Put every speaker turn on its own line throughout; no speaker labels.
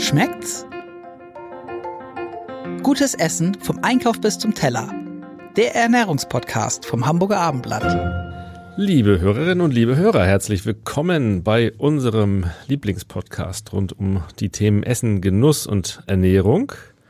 Schmeckt's? Gutes Essen vom Einkauf bis zum Teller. Der Ernährungspodcast vom Hamburger Abendblatt.
Liebe Hörerinnen und liebe Hörer, herzlich willkommen bei unserem Lieblingspodcast rund um die Themen Essen, Genuss und Ernährung.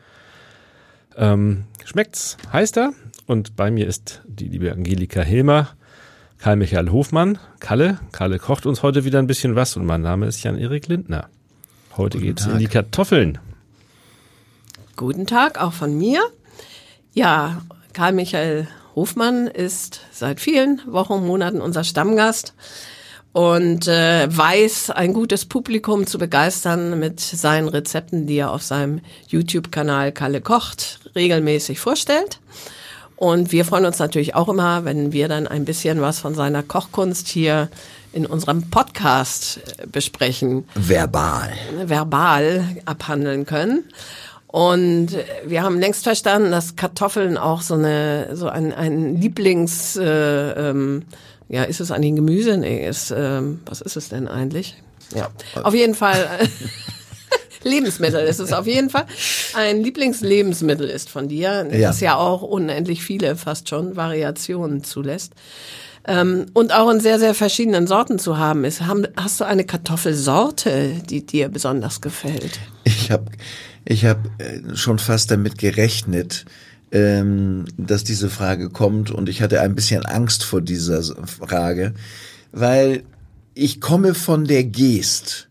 Schmeckt's, heißt er. Und bei mir ist die liebe Angelika Hilmer, Karl-Michael Hofmann. Kalle kocht uns heute wieder ein bisschen was und mein Name ist Jan-Erik Lindner. Heute geht es in die Kartoffeln.
Guten Tag, auch von mir. Ja, Karl-Michael Hofmann ist seit vielen Wochen und Monaten unser Stammgast und weiß, ein gutes Publikum zu begeistern mit seinen Rezepten, die er auf seinem YouTube-Kanal Kalle kocht regelmäßig vorstellt. Und wir freuen uns natürlich auch immer, wenn wir dann ein bisschen was von seiner Kochkunst hier in unserem Podcast besprechen. Verbal abhandeln können. Und wir haben längst verstanden, dass Kartoffeln auch so ein Lieblings, ist es eigentlich ein Gemüse? Nee, was ist es denn eigentlich? Ja, auf jeden Fall Lebensmittel ist es auf jeden Fall. Ein Lieblingslebensmittel ist von dir, das ja auch unendlich viele, fast schon, Variationen zulässt. Und auch in sehr, sehr verschiedenen Sorten zu haben ist. Hast du eine Kartoffelsorte, die dir besonders gefällt?
Ich hab schon fast damit gerechnet, dass diese Frage kommt, und ich hatte ein bisschen Angst vor dieser Frage, weil ich komme von der Geest,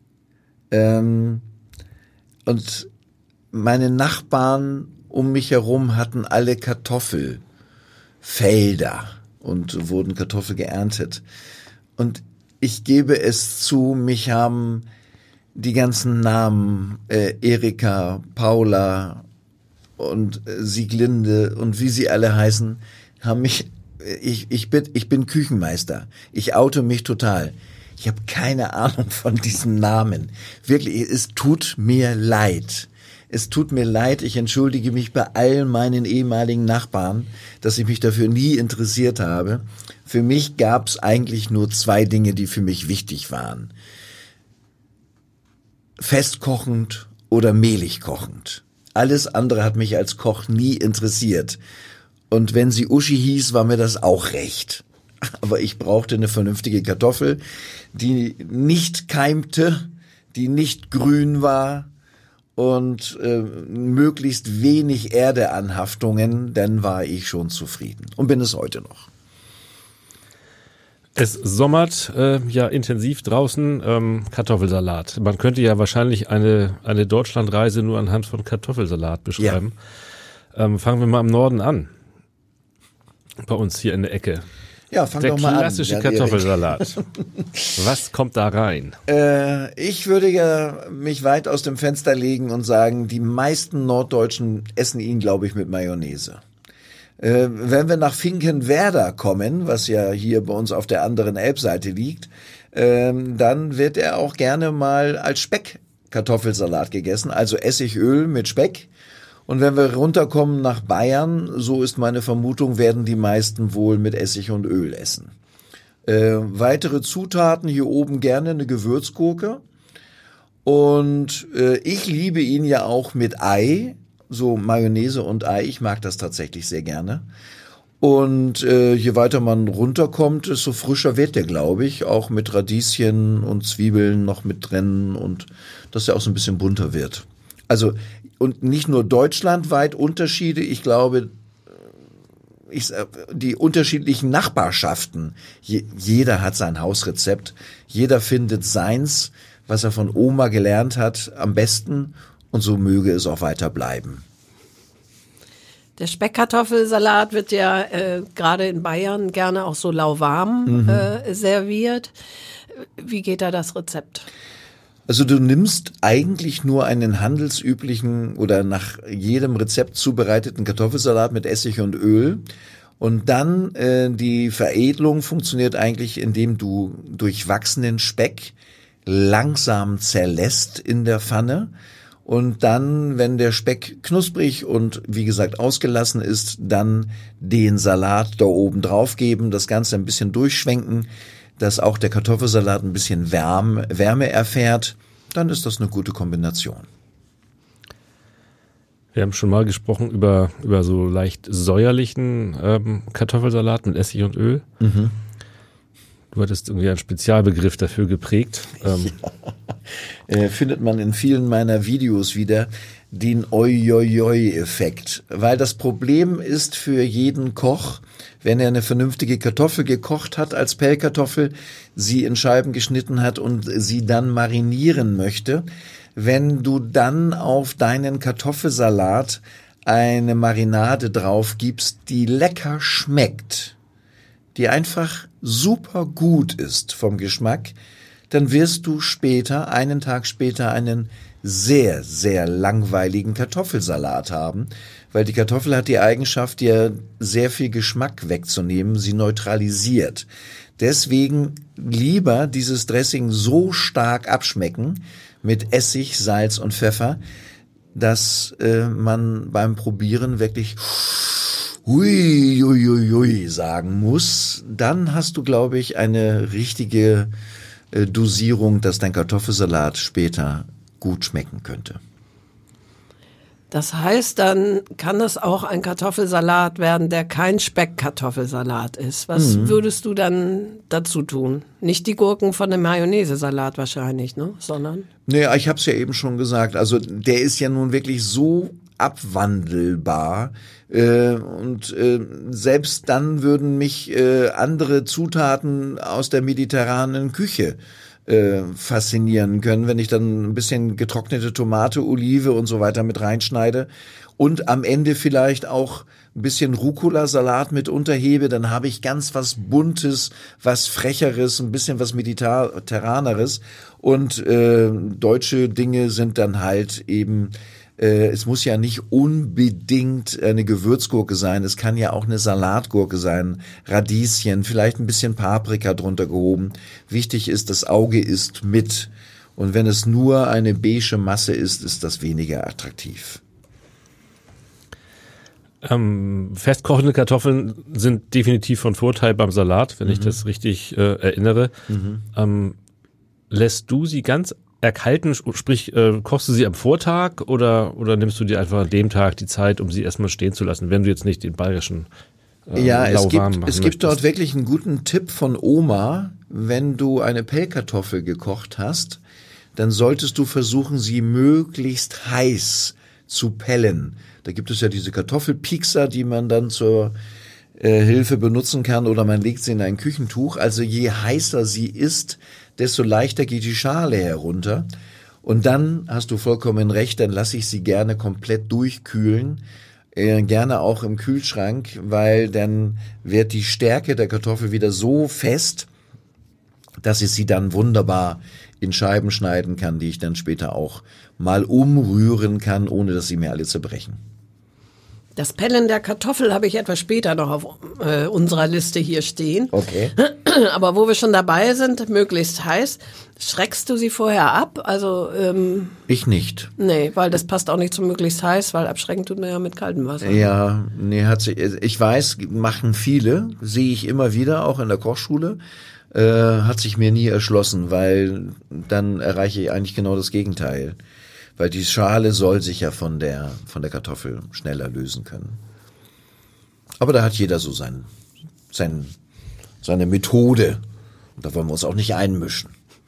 und meine Nachbarn um mich herum hatten alle Kartoffelfelder und wurden Kartoffel geerntet. Und ich gebe es zu, mich haben die ganzen Namen, Erika, Paula und Sieglinde und wie sie alle heißen, haben mich, ich bin Küchenmeister. Ich oute mich total. Ich habe keine Ahnung von diesen Namen. Wirklich, es tut mir leid. Es tut mir leid, ich entschuldige mich bei all meinen ehemaligen Nachbarn, dass ich mich dafür nie interessiert habe. Für mich gab es eigentlich nur zwei Dinge, die für mich wichtig waren. Festkochend oder mehlig kochend. Alles andere hat mich als Koch nie interessiert. Und wenn sie Uschi hieß, war mir das auch recht. Aber ich brauchte eine vernünftige Kartoffel, die nicht keimte, die nicht grün war und möglichst wenig Erdeanhaftungen, dann war ich schon zufrieden und bin es heute noch.
Es sommert intensiv draußen, Kartoffelsalat. Man könnte ja wahrscheinlich eine Deutschlandreise nur anhand von Kartoffelsalat beschreiben. Ja. Fangen wir mal im Norden an. Bei uns hier in der Ecke.
Ja, fang doch mal an.
Der klassische Kartoffelsalat. Was kommt da rein?
Ich würde ja mich weit aus dem Fenster legen und sagen, die meisten Norddeutschen essen ihn, glaube ich, mit Mayonnaise. Wenn wir nach Finkenwerder kommen, was ja hier bei uns auf der anderen Elbseite liegt, dann wird er auch gerne mal als Speck-Kartoffelsalat gegessen, also Essigöl mit Speck. Und wenn wir runterkommen nach Bayern, so ist meine Vermutung, werden die meisten wohl mit Essig und Öl essen. Weitere Zutaten hier oben gerne eine Gewürzgurke. Und ich liebe ihn ja auch mit Ei, so Mayonnaise und Ei. Ich mag das tatsächlich sehr gerne. Und je weiter man runterkommt, desto frischer wird der, glaube ich. Auch mit Radieschen und Zwiebeln noch mit drin und dass er auch so ein bisschen bunter wird. Also, und nicht nur deutschlandweit Unterschiede, ich glaube, die unterschiedlichen Nachbarschaften, jeder hat sein Hausrezept, jeder findet seins, was er von Oma gelernt hat, am besten, und so möge es auch weiter bleiben.
Der Speckkartoffelsalat wird ja gerade in Bayern gerne auch so lauwarm serviert. Wie geht da das Rezept?
Also du nimmst eigentlich nur einen handelsüblichen oder nach jedem Rezept zubereiteten Kartoffelsalat mit Essig und Öl, und dann die Veredelung funktioniert eigentlich, indem du durchwachsenen Speck langsam zerlässt in der Pfanne und dann, wenn der Speck knusprig und wie gesagt ausgelassen ist, dann den Salat da oben drauf geben, das Ganze ein bisschen durchschwenken, dass auch der Kartoffelsalat ein bisschen Wärme erfährt, dann ist das eine gute Kombination.
Wir haben schon mal gesprochen über so leicht säuerlichen Kartoffelsalat mit Essig und Öl. Mhm. Du hattest irgendwie einen Spezialbegriff dafür geprägt.
Findet man in vielen meiner Videos wieder, den Oi-Oi-Oi-Effekt. Weil das Problem ist für jeden Koch, wenn er eine vernünftige Kartoffel gekocht hat als Pellkartoffel, sie in Scheiben geschnitten hat und sie dann marinieren möchte, wenn du dann auf deinen Kartoffelsalat eine Marinade drauf gibst, die lecker schmeckt, die einfach super gut ist vom Geschmack, dann wirst du einen Tag später, einen sehr, sehr langweiligen Kartoffelsalat haben, weil die Kartoffel hat die Eigenschaft, dir sehr viel Geschmack wegzunehmen, sie neutralisiert. Deswegen lieber dieses Dressing so stark abschmecken mit Essig, Salz und Pfeffer, dass man beim Probieren wirklich hui, hui, hui, hui sagen muss. Dann hast du, glaube ich, eine richtige Dosierung, dass dein Kartoffelsalat später gut schmecken könnte.
Das heißt, dann kann es auch ein Kartoffelsalat werden, der kein Speckkartoffelsalat ist. Was würdest du dann dazu tun? Nicht die Gurken von dem Mayonnaise-Salat wahrscheinlich, ne? Sondern?
Nee, ich habe es ja eben schon gesagt. Also der ist ja nun wirklich so abwandelbar und selbst dann würden mich andere Zutaten aus der mediterranen Küche faszinieren können, wenn ich dann ein bisschen getrocknete Tomate, Olive und so weiter mit reinschneide und am Ende vielleicht auch ein bisschen Rucola-Salat mit unterhebe, dann habe ich ganz was Buntes, was Frecheres, ein bisschen was Mediterraneres und deutsche Dinge sind dann halt eben es muss ja nicht unbedingt eine Gewürzgurke sein, es kann ja auch eine Salatgurke sein, Radieschen, vielleicht ein bisschen Paprika drunter gehoben. Wichtig ist, das Auge isst mit. Und wenn es nur eine beige Masse ist, ist das weniger attraktiv.
Festkochende Kartoffeln sind definitiv von Vorteil beim Salat, wenn ich das richtig erinnere. Lässt du sie ganz erkalten, sprich, kochst du sie am Vortag oder nimmst du dir einfach an dem Tag die Zeit, um sie erstmal stehen zu lassen, wenn du jetzt nicht den bayerischen
es gibt dort wirklich einen guten Tipp von Oma. Wenn du eine Pellkartoffel gekocht hast, dann solltest du versuchen, sie möglichst heiß zu pellen. Da gibt es ja diese Kartoffelpiekser, die man dann zur Hilfe benutzen kann, oder man legt sie in ein Küchentuch. Also je heißer sie ist, desto leichter geht die Schale herunter. Und dann hast du vollkommen recht, dann lasse ich sie gerne komplett durchkühlen, gerne auch im Kühlschrank, weil dann wird die Stärke der Kartoffel wieder so fest, dass ich sie dann wunderbar in Scheiben schneiden kann, die ich dann später auch mal umrühren kann, ohne dass sie mir alle zerbrechen.
Das Pellen der Kartoffel habe ich etwas später noch auf unserer Liste hier stehen.
Okay.
Aber wo wir schon dabei sind, möglichst heiß, schreckst du sie vorher ab? Also
ich nicht.
Nee, weil das passt auch nicht zu möglichst heiß, weil abschrecken tut man ja mit kaltem Wasser.
Ja, nee, ich weiß, machen viele, sehe ich immer wieder, auch in der Kochschule. Hat sich mir nie erschlossen, weil dann erreiche ich eigentlich genau das Gegenteil. Weil die Schale soll sich ja von der Kartoffel schneller lösen können. Aber da hat jeder so seine Methode. Und da wollen wir uns auch nicht einmischen.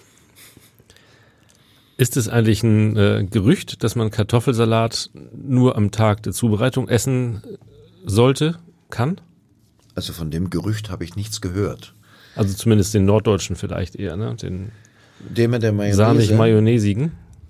Ist es eigentlich ein Gerücht, dass man Kartoffelsalat nur am Tag der Zubereitung essen sollte, kann?
Also von dem Gerücht habe ich nichts gehört.
Also zumindest den Norddeutschen vielleicht eher, ne? Den
mit der Mayonnaise.
Sahnig-Mayonnaisigen.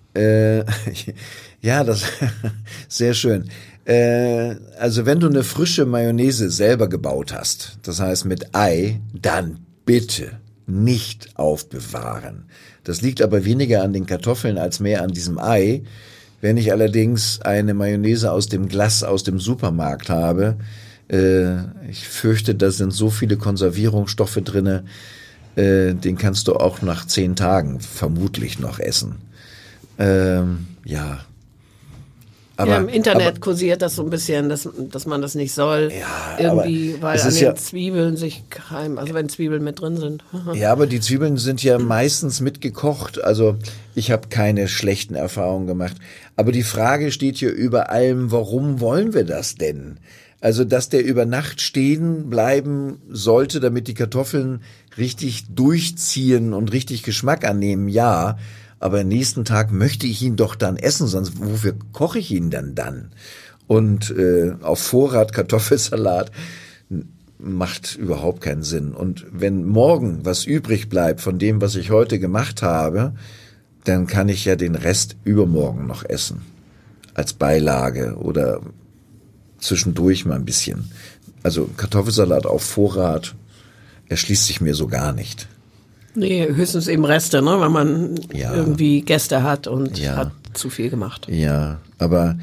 Ja, das sehr schön. Also wenn du eine frische Mayonnaise selber gebaut hast, das heißt mit Ei, dann bitte nicht aufbewahren. Das liegt aber weniger an den Kartoffeln als mehr an diesem Ei. Wenn ich allerdings eine Mayonnaise aus dem Glas aus dem Supermarkt habe, ich fürchte, da sind so viele Konservierungsstoffe drinne, den kannst du auch nach 10 Tagen vermutlich noch essen. Ja. Aber,
im Internet kursiert das so ein bisschen, dass man das nicht soll.
Ja,
irgendwie, weil an den
ja,
Zwiebeln sich keimen, also wenn Zwiebeln mit drin sind.
Ja, aber die Zwiebeln sind ja meistens mitgekocht. Also ich habe keine schlechten Erfahrungen gemacht. Aber die Frage steht hier über allem, warum wollen wir das denn? Also, dass der über Nacht stehen bleiben sollte, damit die Kartoffeln richtig durchziehen und richtig Geschmack annehmen, ja. Aber am nächsten Tag möchte ich ihn doch dann essen, sonst wofür koche ich ihn dann? Und auf Vorrat Kartoffelsalat macht überhaupt keinen Sinn. Und wenn morgen was übrig bleibt von dem, was ich heute gemacht habe, dann kann ich ja den Rest übermorgen noch essen. Als Beilage oder zwischendurch mal ein bisschen. Also Kartoffelsalat auf Vorrat erschließt sich mir so gar nicht.
Nee, höchstens eben Reste, ne, wenn man irgendwie Gäste hat und hat zu viel gemacht.
Ja, aber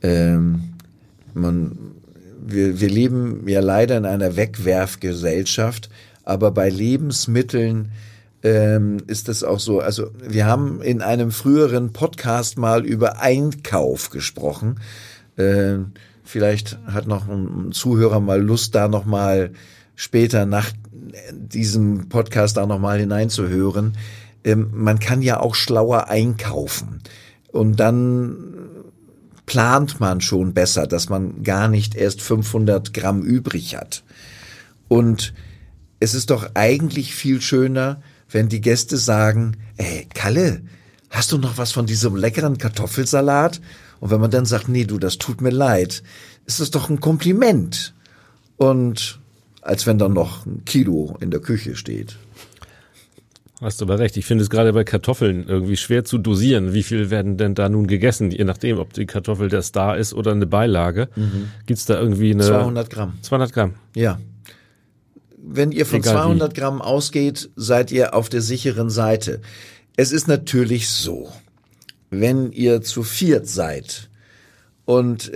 wir leben ja leider in einer Wegwerfgesellschaft, aber bei Lebensmitteln ist es auch so, also wir haben in einem früheren Podcast mal über Einkauf gesprochen. Vielleicht hat noch ein Zuhörer mal Lust, da noch mal später nach diesem Podcast da noch mal hineinzuhören. Man kann ja auch schlauer einkaufen und dann plant man schon besser, dass man gar nicht erst 500 Gramm übrig hat. Und es ist doch eigentlich viel schöner, wenn die Gäste sagen, ey, Kalle, hast du noch was von diesem leckeren Kartoffelsalat? Und wenn man dann sagt, nee, du, das tut mir leid, ist es doch ein Kompliment. Und als wenn dann noch ein Kilo in der Küche steht.
Hast du aber recht. Ich finde es gerade bei Kartoffeln irgendwie schwer zu dosieren. Wie viel werden denn da nun gegessen? Je nachdem, ob die Kartoffel der Star ist oder eine Beilage. Gibt's da irgendwie eine...
200 Gramm.
200 Gramm?
Ja. Wenn ihr von 200 Gramm ausgeht, seid ihr auf der sicheren Seite. Es ist natürlich so, wenn ihr zu viert seid und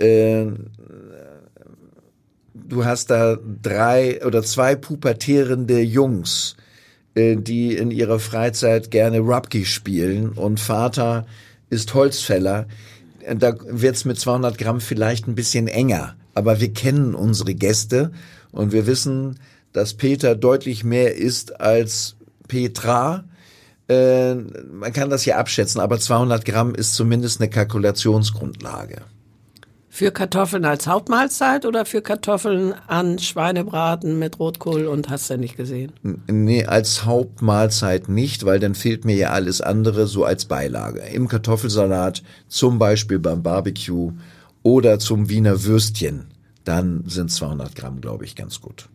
du hast da 3 oder 2 pubertierende Jungs, die in ihrer Freizeit gerne Rugby spielen und Vater ist Holzfäller, da wird's mit 200 Gramm vielleicht ein bisschen enger. Aber wir kennen unsere Gäste und wir wissen, dass Peter deutlich mehr isst als Petra. Man kann das ja abschätzen, aber 200 Gramm ist zumindest eine Kalkulationsgrundlage.
Für Kartoffeln als Hauptmahlzeit oder für Kartoffeln an Schweinebraten mit Rotkohl und hast du nicht gesehen?
Nee, als Hauptmahlzeit nicht, weil dann fehlt mir ja alles andere so als Beilage. Im Kartoffelsalat, zum Beispiel beim Barbecue oder zum Wiener Würstchen, dann sind 200 Gramm, glaube ich, ganz gut.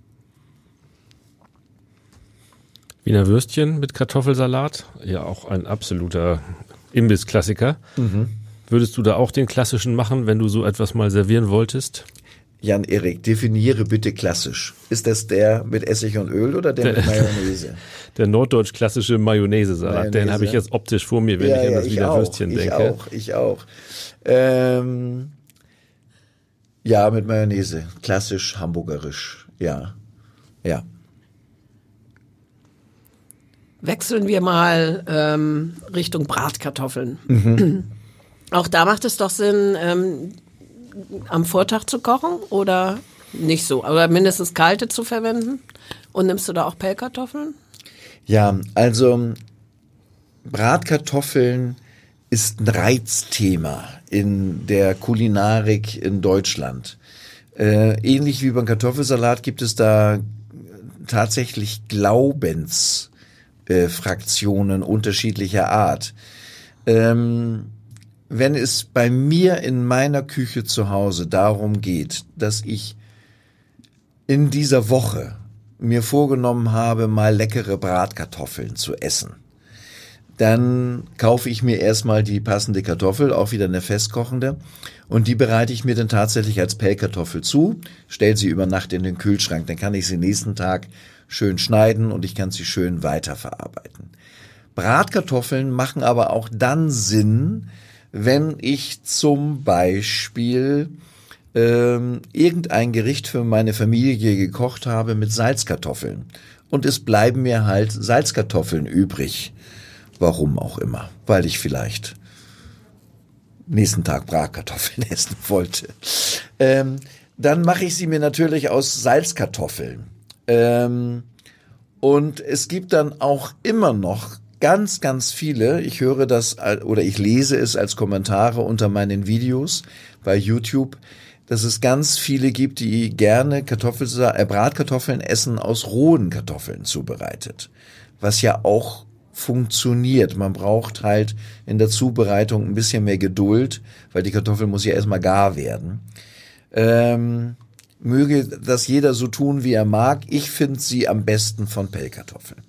Wiener Würstchen mit Kartoffelsalat, ja auch ein absoluter Imbiss-Klassiker. Würdest du da auch den klassischen machen, wenn du so etwas mal servieren wolltest?
Jan-Erik, definiere bitte klassisch. Ist das der mit Essig und Öl oder der mit Mayonnaise?
Der norddeutsch-klassische Mayonnaise-Salat, den habe ich jetzt optisch vor mir, wenn ich an das Wiener Würstchen denke.
Ich auch. Ja, mit Mayonnaise. Klassisch, hamburgerisch. Ja.
Wechseln wir mal Richtung Bratkartoffeln. Auch da macht es doch Sinn, am Vortag zu kochen oder nicht so, aber mindestens kalte zu verwenden. Und nimmst du da auch Pellkartoffeln?
Ja, also Bratkartoffeln ist ein Reizthema in der Kulinarik in Deutschland. Ähnlich wie beim Kartoffelsalat gibt es da tatsächlich Glaubensfraktionen unterschiedlicher Art. Wenn es bei mir in meiner Küche zu Hause darum geht, dass ich in dieser Woche mir vorgenommen habe, mal leckere Bratkartoffeln zu essen, dann kaufe ich mir erstmal die passende Kartoffel, auch wieder eine festkochende, und die bereite ich mir dann tatsächlich als Pellkartoffel zu, stelle sie über Nacht in den Kühlschrank, dann kann ich sie nächsten Tag schön schneiden und ich kann sie schön weiterverarbeiten. Bratkartoffeln machen aber auch dann Sinn, wenn ich zum Beispiel irgendein Gericht für meine Familie gekocht habe mit Salzkartoffeln und es bleiben mir halt Salzkartoffeln übrig. Warum auch immer. Weil ich vielleicht nächsten Tag Bratkartoffeln essen wollte. Dann mache ich sie mir natürlich aus Salzkartoffeln. Und es gibt dann auch immer noch ganz, ganz viele, ich höre das oder ich lese es als Kommentare unter meinen Videos bei YouTube, dass es ganz viele gibt, die gerne Bratkartoffeln essen aus rohen Kartoffeln zubereitet. Was ja auch funktioniert. Man braucht halt in der Zubereitung ein bisschen mehr Geduld, weil die Kartoffel muss ja erstmal gar werden. Möge das jeder so tun, wie er mag. Ich finde sie am besten von Pellkartoffeln.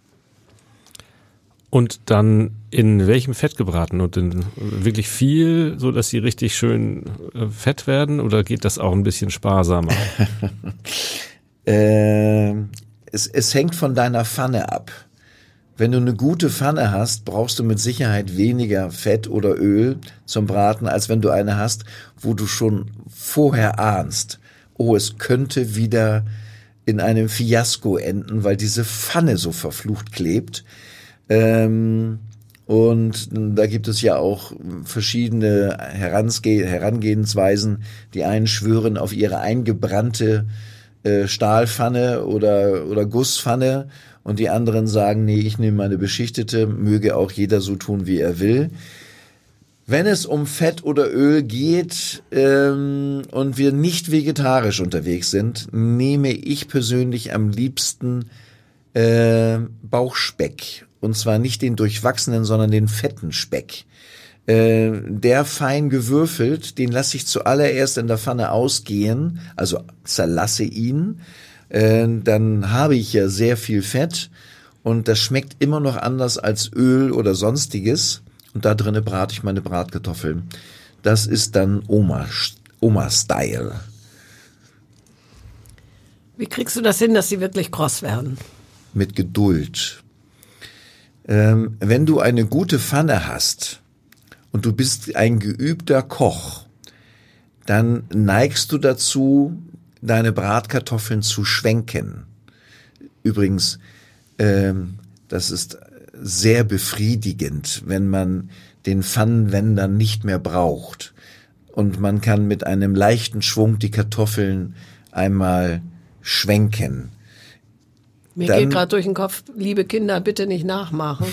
Und dann in welchem Fett gebraten? Und in wirklich viel, so dass sie richtig schön fett werden? Oder geht das auch ein bisschen sparsamer?
Es hängt von deiner Pfanne ab. Wenn du eine gute Pfanne hast, brauchst du mit Sicherheit weniger Fett oder Öl zum Braten, als wenn du eine hast, wo du schon vorher ahnst, oh, es könnte wieder in einem Fiasko enden, weil diese Pfanne so verflucht klebt. Und da gibt es ja auch verschiedene Herangehensweisen. Die einen schwören auf ihre eingebrannte Stahlpfanne oder Gusspfanne und die anderen sagen, nee, ich nehme meine beschichtete, möge auch jeder so tun, wie er will. Wenn es um Fett oder Öl geht und wir nicht vegetarisch unterwegs sind, nehme ich persönlich am liebsten Bauchspeck. Und zwar nicht den durchwachsenen, sondern den fetten Speck. Der fein gewürfelt, den lasse ich zuallererst in der Pfanne ausgehen, also zerlasse ihn. Dann habe ich ja sehr viel Fett und das schmeckt immer noch anders als Öl oder sonstiges. Und da drinne brate ich meine Bratkartoffeln. Das ist dann Oma-Style.
Wie kriegst du das hin, dass sie wirklich kross werden?
Mit Geduld. Wenn du eine gute Pfanne hast und du bist ein geübter Koch, dann neigst du dazu, deine Bratkartoffeln zu schwenken. Übrigens, das ist sehr befriedigend, wenn man den Pfannenwender nicht mehr braucht und man kann mit einem leichten Schwung die Kartoffeln einmal schwenken.
Mir geht gerade durch den Kopf, liebe Kinder, bitte nicht nachmachen.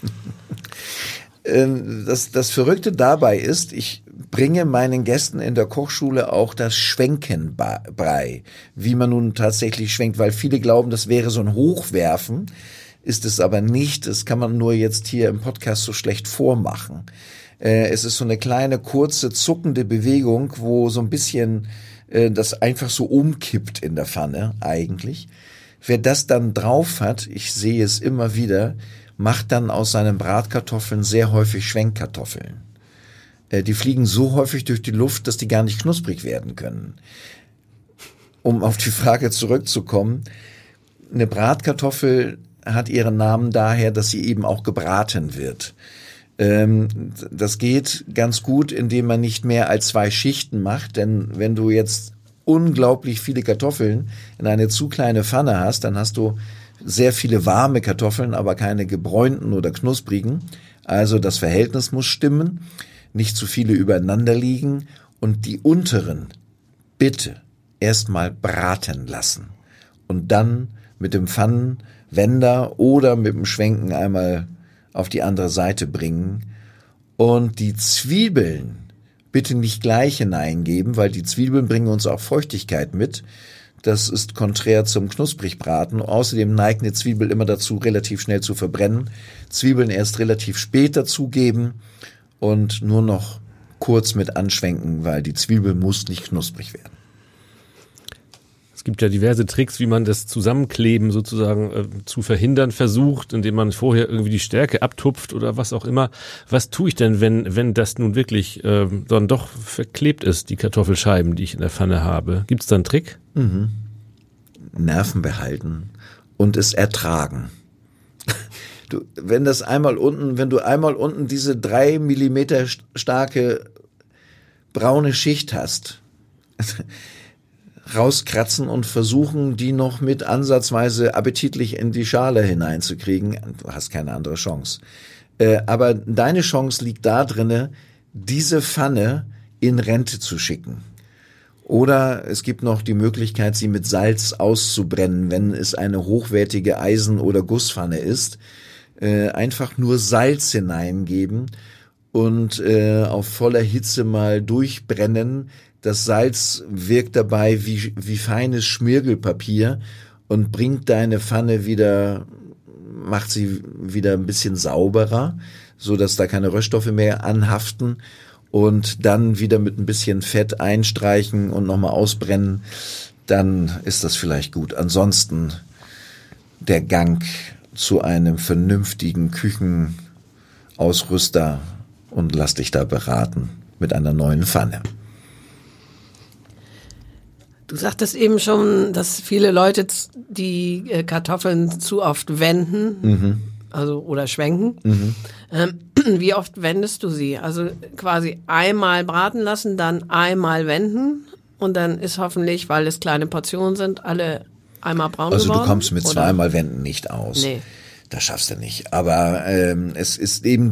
Das Verrückte dabei ist, ich bringe meinen Gästen in der Kochschule auch das Schwenken bei, wie man nun tatsächlich schwenkt, weil viele glauben, das wäre so ein Hochwerfen, ist es aber nicht. Das kann man nur jetzt hier im Podcast so schlecht vormachen. Es ist so eine kleine, kurze, zuckende Bewegung, wo so ein bisschen das einfach so umkippt in der Pfanne eigentlich. Wer das dann drauf hat, ich sehe es immer wieder, macht dann aus seinen Bratkartoffeln sehr häufig Schwenkkartoffeln. Die fliegen so häufig durch die Luft, dass die gar nicht knusprig werden können. Um auf die Frage zurückzukommen, eine Bratkartoffel hat ihren Namen daher, dass sie eben auch gebraten wird. Das geht ganz gut, indem man nicht mehr als 2 Schichten macht, denn wenn du jetzt unglaublich viele Kartoffeln in eine zu kleine Pfanne hast, dann hast du sehr viele warme Kartoffeln, aber keine gebräunten oder knusprigen. Also das Verhältnis muss stimmen, nicht zu viele übereinander liegen und die unteren bitte erstmal braten lassen und dann mit dem Pfannenwender oder mit dem Schwenken einmal auf die andere Seite bringen und die Zwiebeln bitte nicht gleich hineingeben, weil die Zwiebeln bringen uns auch Feuchtigkeit mit. Das ist konträr zum Knusprigbraten. Außerdem neigt eine Zwiebel immer dazu, relativ schnell zu verbrennen. Zwiebeln erst relativ spät dazugeben und nur noch kurz mit anschwenken, weil die Zwiebel muss nicht knusprig werden.
Es gibt ja diverse Tricks, wie man das Zusammenkleben sozusagen zu verhindern versucht, indem man vorher irgendwie die Stärke abtupft oder was auch immer. Was tue ich denn, wenn das nun wirklich dann doch verklebt ist, die Kartoffelscheiben, die ich in der Pfanne habe? Gibt es da einen Trick?
Mhm. Nerven behalten und es ertragen. Wenn du einmal unten diese 3 Millimeter starke braune Schicht hast, rauskratzen und versuchen, die noch mit ansatzweise appetitlich in die Schale hineinzukriegen. Du hast keine andere Chance. Aber deine Chance liegt da drinne, diese Pfanne in Rente zu schicken. Oder es gibt noch die Möglichkeit, sie mit Salz auszubrennen, wenn es eine hochwertige Eisen- oder Gusspfanne ist. Einfach nur Salz hineingeben und auf voller Hitze mal durchbrennen. Das Salz wirkt dabei wie feines Schmirgelpapier und bringt deine Pfanne wieder, macht sie wieder ein bisschen sauberer, so dass da keine Röststoffe mehr anhaften, und dann wieder mit ein bisschen Fett einstreichen und nochmal ausbrennen, dann ist das vielleicht gut. Ansonsten der Gang zu einem vernünftigen Küchenausrüster und lass dich da beraten mit einer neuen Pfanne.
Du sagtest eben schon, dass viele Leute die Kartoffeln zu oft wenden, also oder schwenken. Wie oft wendest du sie? Also quasi einmal braten lassen, dann einmal wenden und dann ist hoffentlich, weil es kleine Portionen sind, alle einmal braun geworden?
Also du kommst mit
oder?
zweimal Wenden nicht aus.
Nee.
Das schaffst du nicht. Aber es ist eben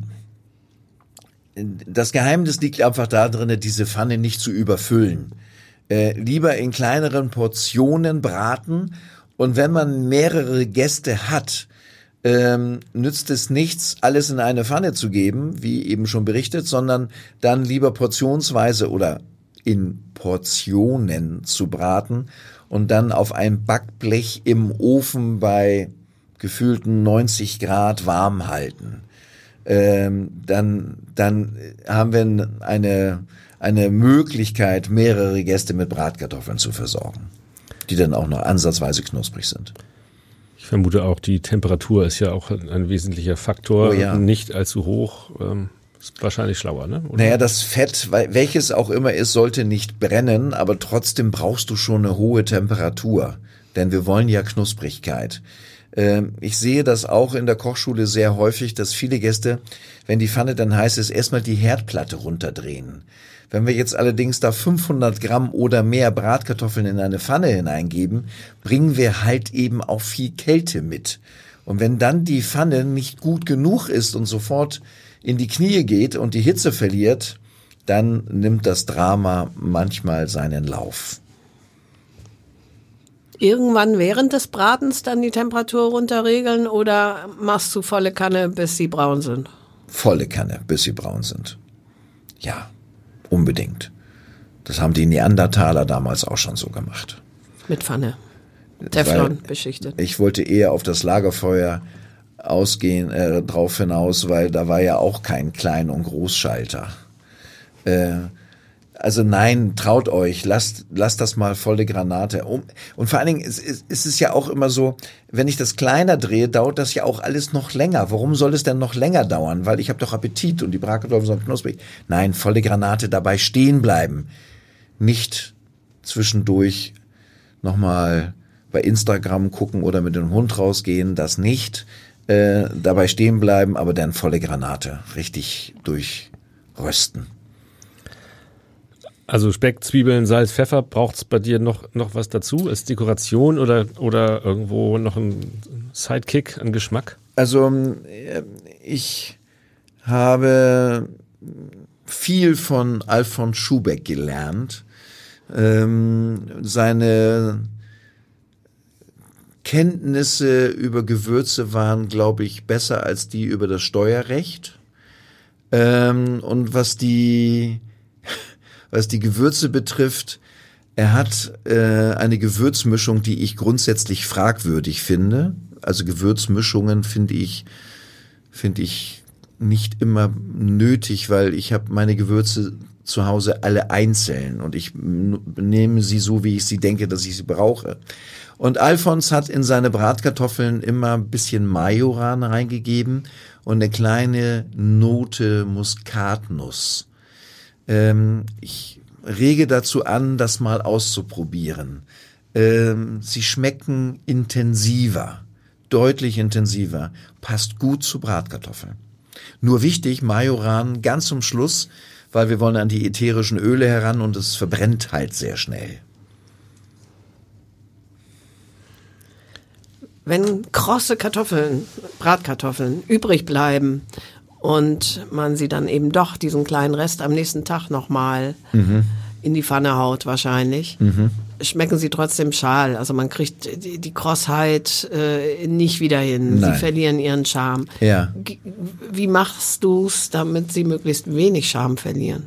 das Geheimnis liegt einfach da drin, diese Pfanne nicht zu überfüllen. Lieber in kleineren Portionen braten, und wenn man mehrere Gäste hat, nützt es nichts, alles in eine Pfanne zu geben, wie eben schon berichtet, sondern dann lieber portionsweise oder in Portionen zu braten und dann auf ein Backblech im Ofen bei gefühlten 90 Grad warm halten. Dann haben wir eine Möglichkeit, mehrere Gäste mit Bratkartoffeln zu versorgen, die dann auch noch ansatzweise knusprig sind.
Ich vermute auch, die Temperatur ist ja auch ein wesentlicher Faktor.
Oh ja.
Nicht allzu hoch, ist wahrscheinlich schlauer, ne? Oder?
Naja, das Fett, welches auch immer ist, sollte nicht brennen, aber trotzdem brauchst du schon eine hohe Temperatur, denn wir wollen ja Knusprigkeit. Ich sehe das auch in der Kochschule sehr häufig, dass viele Gäste, wenn die Pfanne dann heiß ist, erstmal die Herdplatte runterdrehen. Wenn wir jetzt allerdings da 500 Gramm oder mehr Bratkartoffeln in eine Pfanne hineingeben, bringen wir halt eben auch viel Kälte mit. Und wenn dann die Pfanne nicht gut genug ist und sofort in die Knie geht und die Hitze verliert, dann nimmt das Drama manchmal seinen Lauf.
Irgendwann während des Bratens dann die Temperatur runterregeln oder machst du volle Kanne, bis sie braun sind?
Volle Kanne, bis sie braun sind. Ja, unbedingt. Das haben die Neandertaler damals auch schon so gemacht.
Mit Pfanne. Teflon beschichtet.
Ich wollte eher auf das Lagerfeuer drauf hinaus, weil da war ja auch kein Klein- und Großschalter. Also nein, traut euch, lasst das mal volle Granate. Und vor allen Dingen ist es ja auch immer so, wenn ich das kleiner drehe, dauert das ja auch alles noch länger. Warum soll es denn noch länger dauern? Weil ich habe doch Appetit und die Bratkartoffeln sind knusprig. Nein, volle Granate, dabei stehen bleiben. Nicht zwischendurch nochmal bei Instagram gucken oder mit dem Hund rausgehen, das nicht. Dabei stehen bleiben, aber dann volle Granate, richtig durchrösten.
Also Speck, Zwiebeln, Salz, Pfeffer, braucht's bei dir noch was dazu? Ist Dekoration oder irgendwo noch ein Sidekick an Geschmack? Also
ich habe viel von Alfons Schubeck gelernt. Seine Kenntnisse über Gewürze waren, glaube ich, besser als die über das Steuerrecht. Und was die Gewürze betrifft, er hat eine Gewürzmischung, die ich grundsätzlich fragwürdig finde. Also Gewürzmischungen finde ich nicht immer nötig, weil ich habe meine Gewürze zu Hause alle einzeln und ich nehme sie so, wie ich sie denke, dass ich sie brauche. Und Alfons hat in seine Bratkartoffeln immer ein bisschen Majoran reingegeben und eine kleine Note Muskatnuss. Ich rege dazu an, das mal auszuprobieren. Sie schmecken intensiver, deutlich intensiver, passt gut zu Bratkartoffeln. Nur wichtig, Majoran ganz zum Schluss, weil wir wollen an die ätherischen Öle heran und es verbrennt halt sehr schnell.
Wenn krosse Bratkartoffeln übrig bleiben und man sie dann eben doch diesen kleinen Rest am nächsten Tag nochmal in die Pfanne haut wahrscheinlich, schmecken sie trotzdem schal. Also man kriegt die Krossheit nicht wieder hin.
Nein.
Sie verlieren ihren Charme.
Ja.
Wie machst du's, damit sie möglichst wenig Charme verlieren?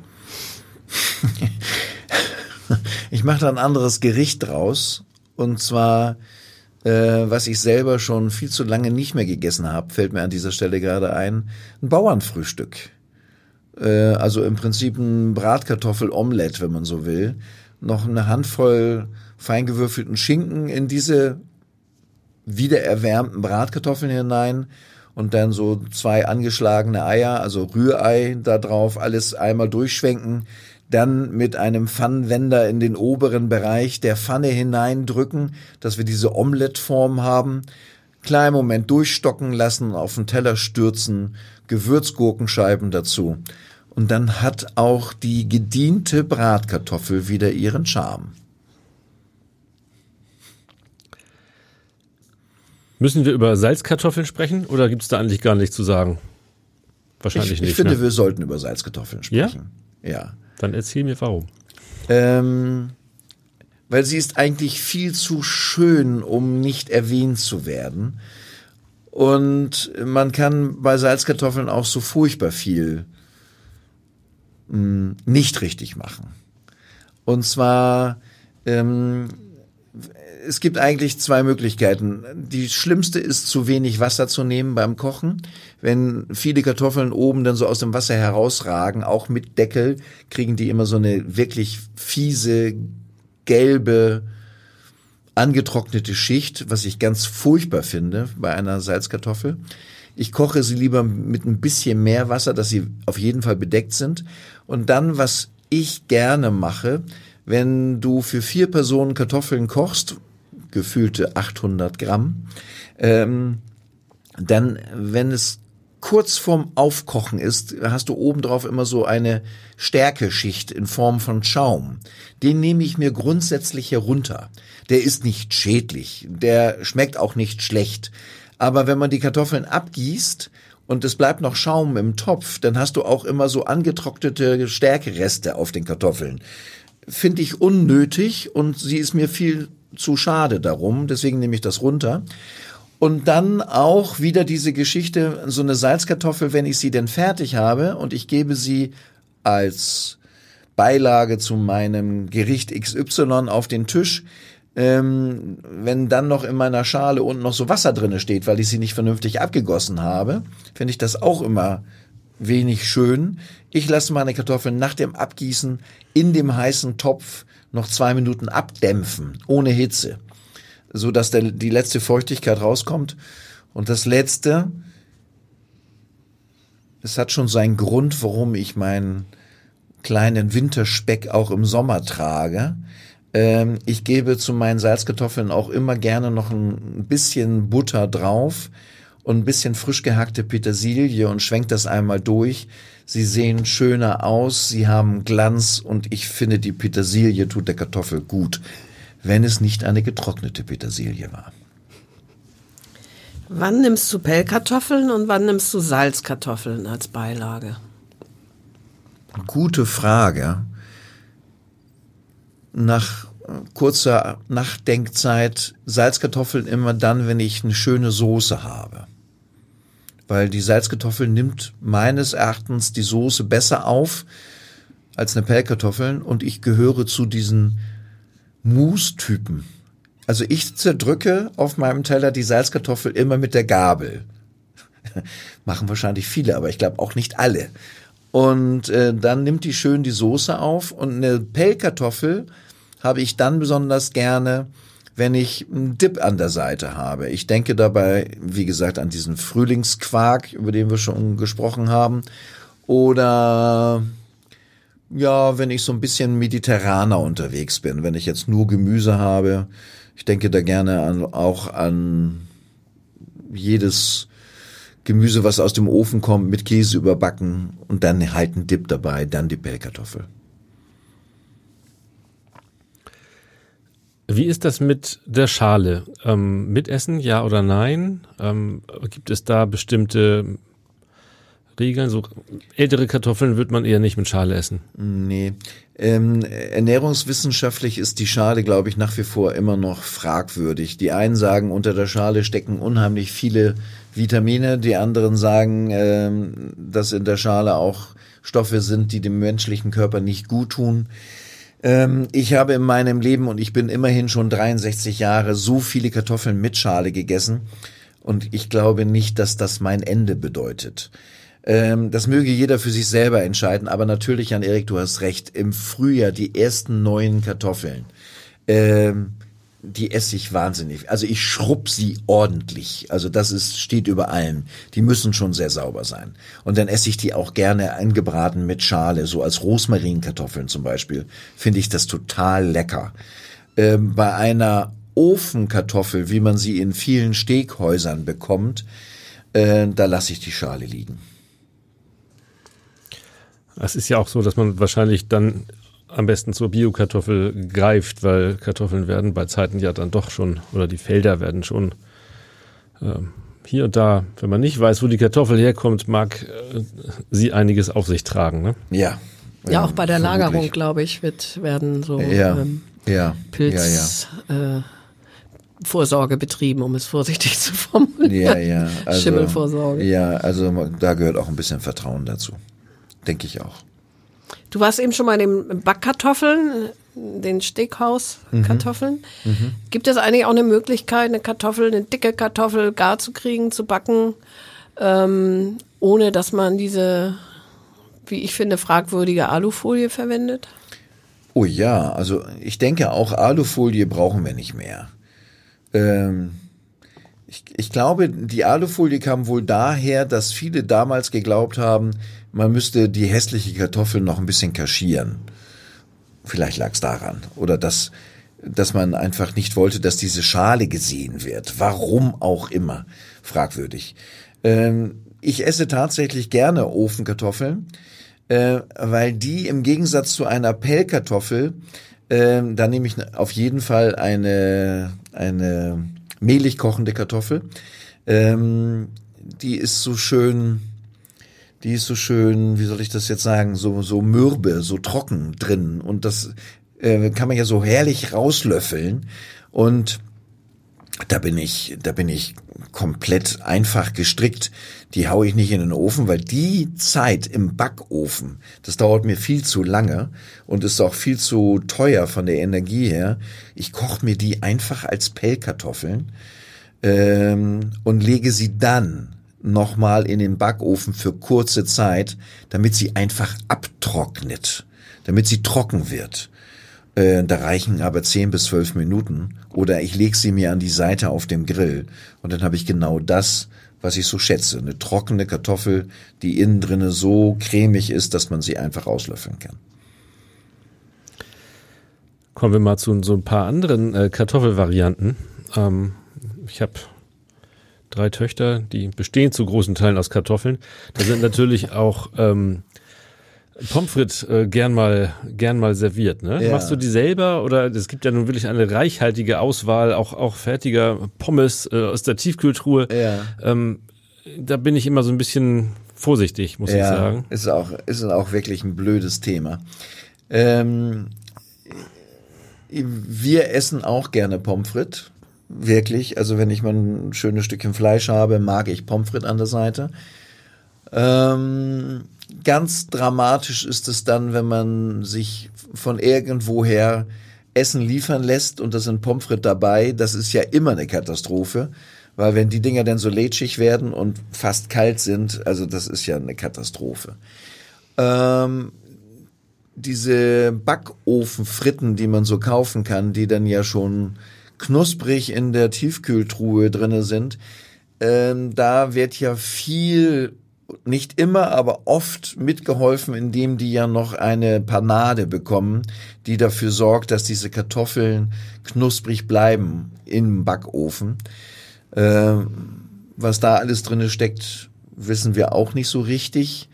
Ich mache da ein anderes Gericht draus. Und zwar, was ich selber schon viel zu lange nicht mehr gegessen habe, fällt mir an dieser Stelle gerade ein Bauernfrühstück. Also im Prinzip ein Bratkartoffel-Omelett, wenn man so will. Noch eine Handvoll feingewürfelten Schinken in diese wiedererwärmten Bratkartoffeln hinein und dann so 2 angeschlagene Eier, also Rührei da drauf, alles einmal durchschwenken, dann mit einem Pfannenwender in den oberen Bereich der Pfanne hineindrücken, dass wir diese Omelettform haben, kleinen Moment durchstocken lassen, auf den Teller stürzen, Gewürzgurkenscheiben dazu. Und dann hat auch die gediente Bratkartoffel wieder ihren Charme.
Müssen wir über Salzkartoffeln sprechen oder gibt es da eigentlich gar nichts zu sagen? Wahrscheinlich nicht.
Ich finde, wir sollten über Salzkartoffeln sprechen. Ja.
Dann erzähl mir warum.
Weil sie ist eigentlich viel zu schön, um nicht erwähnt zu werden. Und man kann bei Salzkartoffeln auch so furchtbar viel nicht richtig machen. Und zwar, es gibt eigentlich 2 Möglichkeiten. Die schlimmste ist, zu wenig Wasser zu nehmen beim Kochen. Wenn viele Kartoffeln oben dann so aus dem Wasser herausragen, auch mit Deckel, kriegen die immer so eine wirklich fiese, gelbe, angetrocknete Schicht, was ich ganz furchtbar finde bei einer Salzkartoffel. Ich koche sie lieber mit ein bisschen mehr Wasser, dass sie auf jeden Fall bedeckt sind. Und dann, was ich gerne mache, wenn du für 4 Personen Kartoffeln kochst, gefühlte 800 Gramm, dann, wenn es kurz vorm Aufkochen ist, hast du obendrauf immer so eine Stärkeschicht in Form von Schaum. Den nehme ich mir grundsätzlich herunter. Der ist nicht schädlich, der schmeckt auch nicht schlecht. Aber wenn man die Kartoffeln abgießt und es bleibt noch Schaum im Topf, dann hast du auch immer so angetrocknete Stärkereste auf den Kartoffeln. Finde ich unnötig und sie ist mir viel zu schade darum, deswegen nehme ich das runter. Und dann auch wieder diese Geschichte, so eine Salzkartoffel, wenn ich sie denn fertig habe und ich gebe sie als Beilage zu meinem Gericht XY auf den Tisch, wenn dann noch in meiner Schale unten noch so Wasser drinne steht, weil ich sie nicht vernünftig abgegossen habe, finde ich das auch immer wenig schön. Ich lasse meine Kartoffeln nach dem Abgießen in dem heißen Topf noch 2 Minuten abdämpfen, ohne Hitze, so dass die letzte Feuchtigkeit rauskommt. Und das Letzte, es hat schon seinen Grund, warum ich meinen kleinen Winterspeck auch im Sommer trage. Ich gebe zu meinen Salzkartoffeln auch immer gerne noch ein bisschen Butter drauf und ein bisschen frisch gehackte Petersilie und schwenkt das einmal durch. Sie sehen schöner aus, sie haben Glanz und ich finde, die Petersilie tut der Kartoffel gut, wenn es nicht eine getrocknete Petersilie war.
Wann nimmst du Pellkartoffeln und wann nimmst du Salzkartoffeln als Beilage?
Gute Frage. Nach kurzer Nachdenkzeit Salzkartoffeln immer dann, wenn ich eine schöne Soße habe. Weil die Salzkartoffel nimmt meines Erachtens die Soße besser auf als eine Pellkartoffeln und ich gehöre zu diesen Mousse-Typen. Also ich zerdrücke auf meinem Teller die Salzkartoffel immer mit der Gabel. Machen wahrscheinlich viele, aber ich glaube auch nicht alle. Und dann nimmt die schön die Soße auf und eine Pellkartoffel habe ich dann besonders gerne, wenn ich einen Dip an der Seite habe. Ich denke dabei, wie gesagt, an diesen Frühlingsquark, über den wir schon gesprochen haben. Oder ja, wenn ich so ein bisschen mediterraner unterwegs bin, wenn ich jetzt nur Gemüse habe. Ich denke da gerne auch an jedes Gemüse, was aus dem Ofen kommt, mit Käse überbacken und dann halt ein Dip dabei, dann die Pellkartoffel.
Wie ist das mit der Schale? Mitessen, ja oder nein? Gibt es da bestimmte Regeln? So ältere Kartoffeln wird man eher nicht mit Schale essen.
Nee. Ernährungswissenschaftlich ist die Schale, glaube ich, nach wie vor immer noch fragwürdig. Die einen sagen, unter der Schale stecken unheimlich viele Vitamine. Die anderen sagen, dass in der Schale auch Stoffe sind, die dem menschlichen Körper nicht gut tun. Ich habe in meinem Leben, und ich bin immerhin schon 63 Jahre, so viele Kartoffeln mit Schale gegessen. Und ich glaube nicht, dass das mein Ende bedeutet. Das möge jeder für sich selber entscheiden. Aber natürlich, Jan-Erik, du hast recht. Im Frühjahr die ersten neuen Kartoffeln, die esse ich wahnsinnig. Also ich schrubb sie ordentlich. Also steht über allem. Die müssen schon sehr sauber sein. Und dann esse ich die auch gerne angebraten mit Schale, so als Rosmarinkartoffeln zum Beispiel. Finde ich das total lecker. Bei einer Ofenkartoffel, wie man sie in vielen Steakhäusern bekommt, da lasse ich die Schale liegen.
Es ist ja auch so, dass man wahrscheinlich dann am besten zur Bio-Kartoffel greift, weil Kartoffeln werden bei Zeiten ja dann doch schon, oder die Felder werden schon hier und da, wenn man nicht weiß, wo die Kartoffel herkommt, mag sie einiges auf sich tragen. Ne?
Ja.
Ja, auch bei der
vermutlich.
Lagerung, glaube ich, werden so Pilz Vorsorge betrieben, um es vorsichtig zu formulieren.
Ja. Also,
Schimmelvorsorge.
Ja, also da gehört auch ein bisschen Vertrauen dazu. Denke ich auch.
Du warst eben schon mal in den Backkartoffeln, den Steakhouse-Kartoffeln.
Mhm.
Gibt es eigentlich auch eine Möglichkeit, eine dicke Kartoffel gar zu kriegen, zu backen, ohne dass man diese, wie ich finde, fragwürdige Alufolie verwendet?
Oh ja, also ich denke auch Alufolie brauchen wir nicht mehr. Ich glaube, die Alufolie kam wohl daher, dass viele damals geglaubt haben, man müsste die hässliche Kartoffel noch ein bisschen kaschieren. Vielleicht lag es daran. Oder dass man einfach nicht wollte, dass diese Schale gesehen wird. Warum auch immer. Fragwürdig. Ich esse tatsächlich gerne Ofenkartoffeln, weil die im Gegensatz zu einer Pellkartoffel, da nehme ich auf jeden Fall eine mehlig kochende Kartoffel. Die ist so schön, wie soll ich das jetzt sagen, so mürbe, so trocken drin. Und das kann man ja so herrlich rauslöffeln. Und da bin ich komplett einfach gestrickt. Die haue ich nicht in den Ofen, weil die Zeit im Backofen, das dauert mir viel zu lange und ist auch viel zu teuer von der Energie her. Ich koche mir die einfach als Pellkartoffeln und lege sie dann nochmal in den Backofen für kurze Zeit, damit sie einfach abtrocknet, damit sie trocken wird. Da reichen aber 10 bis 12 Minuten. Oder ich lege sie mir an die Seite auf dem Grill und dann habe ich genau das, was ich so schätze. Eine trockene Kartoffel, die innen drinne so cremig ist, dass man sie einfach auslöffeln kann.
Kommen wir mal zu so ein paar anderen Kartoffelvarianten. Ich habe 3 Töchter, die bestehen zu großen Teilen aus Kartoffeln. Da sind natürlich auch Pommes frites gern mal serviert, ne?
Ja.
Machst du die selber oder es gibt ja nun wirklich eine reichhaltige Auswahl auch fertiger Pommes aus der Tiefkühltruhe.
Ja.
Da bin ich immer so ein bisschen vorsichtig, muss ich sagen.
Ist auch wirklich ein blödes Thema. Wir essen auch gerne Pommes frites. Wirklich. Also wenn ich mal ein schönes Stückchen Fleisch habe, mag ich Pommes frites an der Seite. Ganz dramatisch ist es dann, wenn man sich von irgendwoher Essen liefern lässt und da sind Pommes frites dabei. Das ist ja immer eine Katastrophe, weil wenn die Dinger dann so lätschig werden und fast kalt sind, also das ist ja eine Katastrophe. Diese Backofenfritten, die man so kaufen kann, die dann ja schon knusprig in der Tiefkühltruhe drinne sind, da wird ja viel, nicht immer, aber oft mitgeholfen, indem die ja noch eine Panade bekommen, die dafür sorgt, dass diese Kartoffeln knusprig bleiben im Backofen. Was da alles drinne steckt, wissen wir auch nicht so richtig.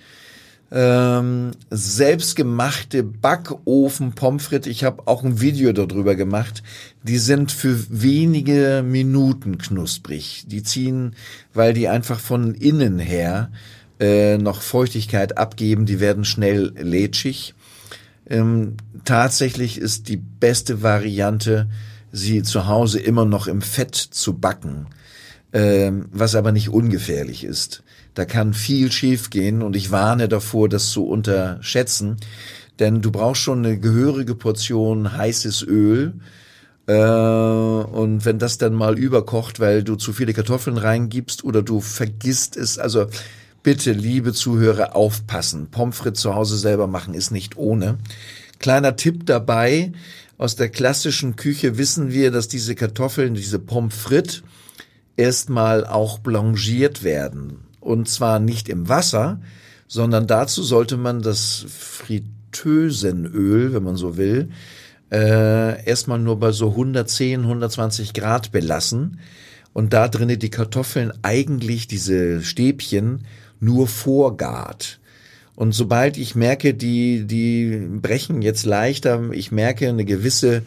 Selbstgemachte Backofen-Pommes frites, ich habe auch ein Video darüber gemacht, die sind für wenige Minuten knusprig. Die ziehen, weil die einfach von innen her noch Feuchtigkeit abgeben, die werden schnell lätschig. Tatsächlich ist die beste Variante, sie zu Hause immer noch im Fett zu backen, was aber nicht ungefährlich ist. Da kann viel schief gehen und ich warne davor, das zu unterschätzen, denn du brauchst schon eine gehörige Portion heißes Öl, und wenn das dann mal überkocht, weil du zu viele Kartoffeln reingibst oder du vergisst es, also bitte, liebe Zuhörer, aufpassen. Pommes frites zu Hause selber machen ist nicht ohne. Kleiner Tipp dabei, aus der klassischen Küche wissen wir, dass diese Kartoffeln, diese Pommes frites, erstmal auch blanchiert werden. Und zwar nicht im Wasser, sondern dazu sollte man das Fritteusenöl, wenn man so will, erstmal nur bei so 110, 120 Grad belassen und da drinnen die Kartoffeln eigentlich, diese Stäbchen, nur vorgart. Und sobald ich merke, die brechen jetzt leichter, ich merke eine gewisse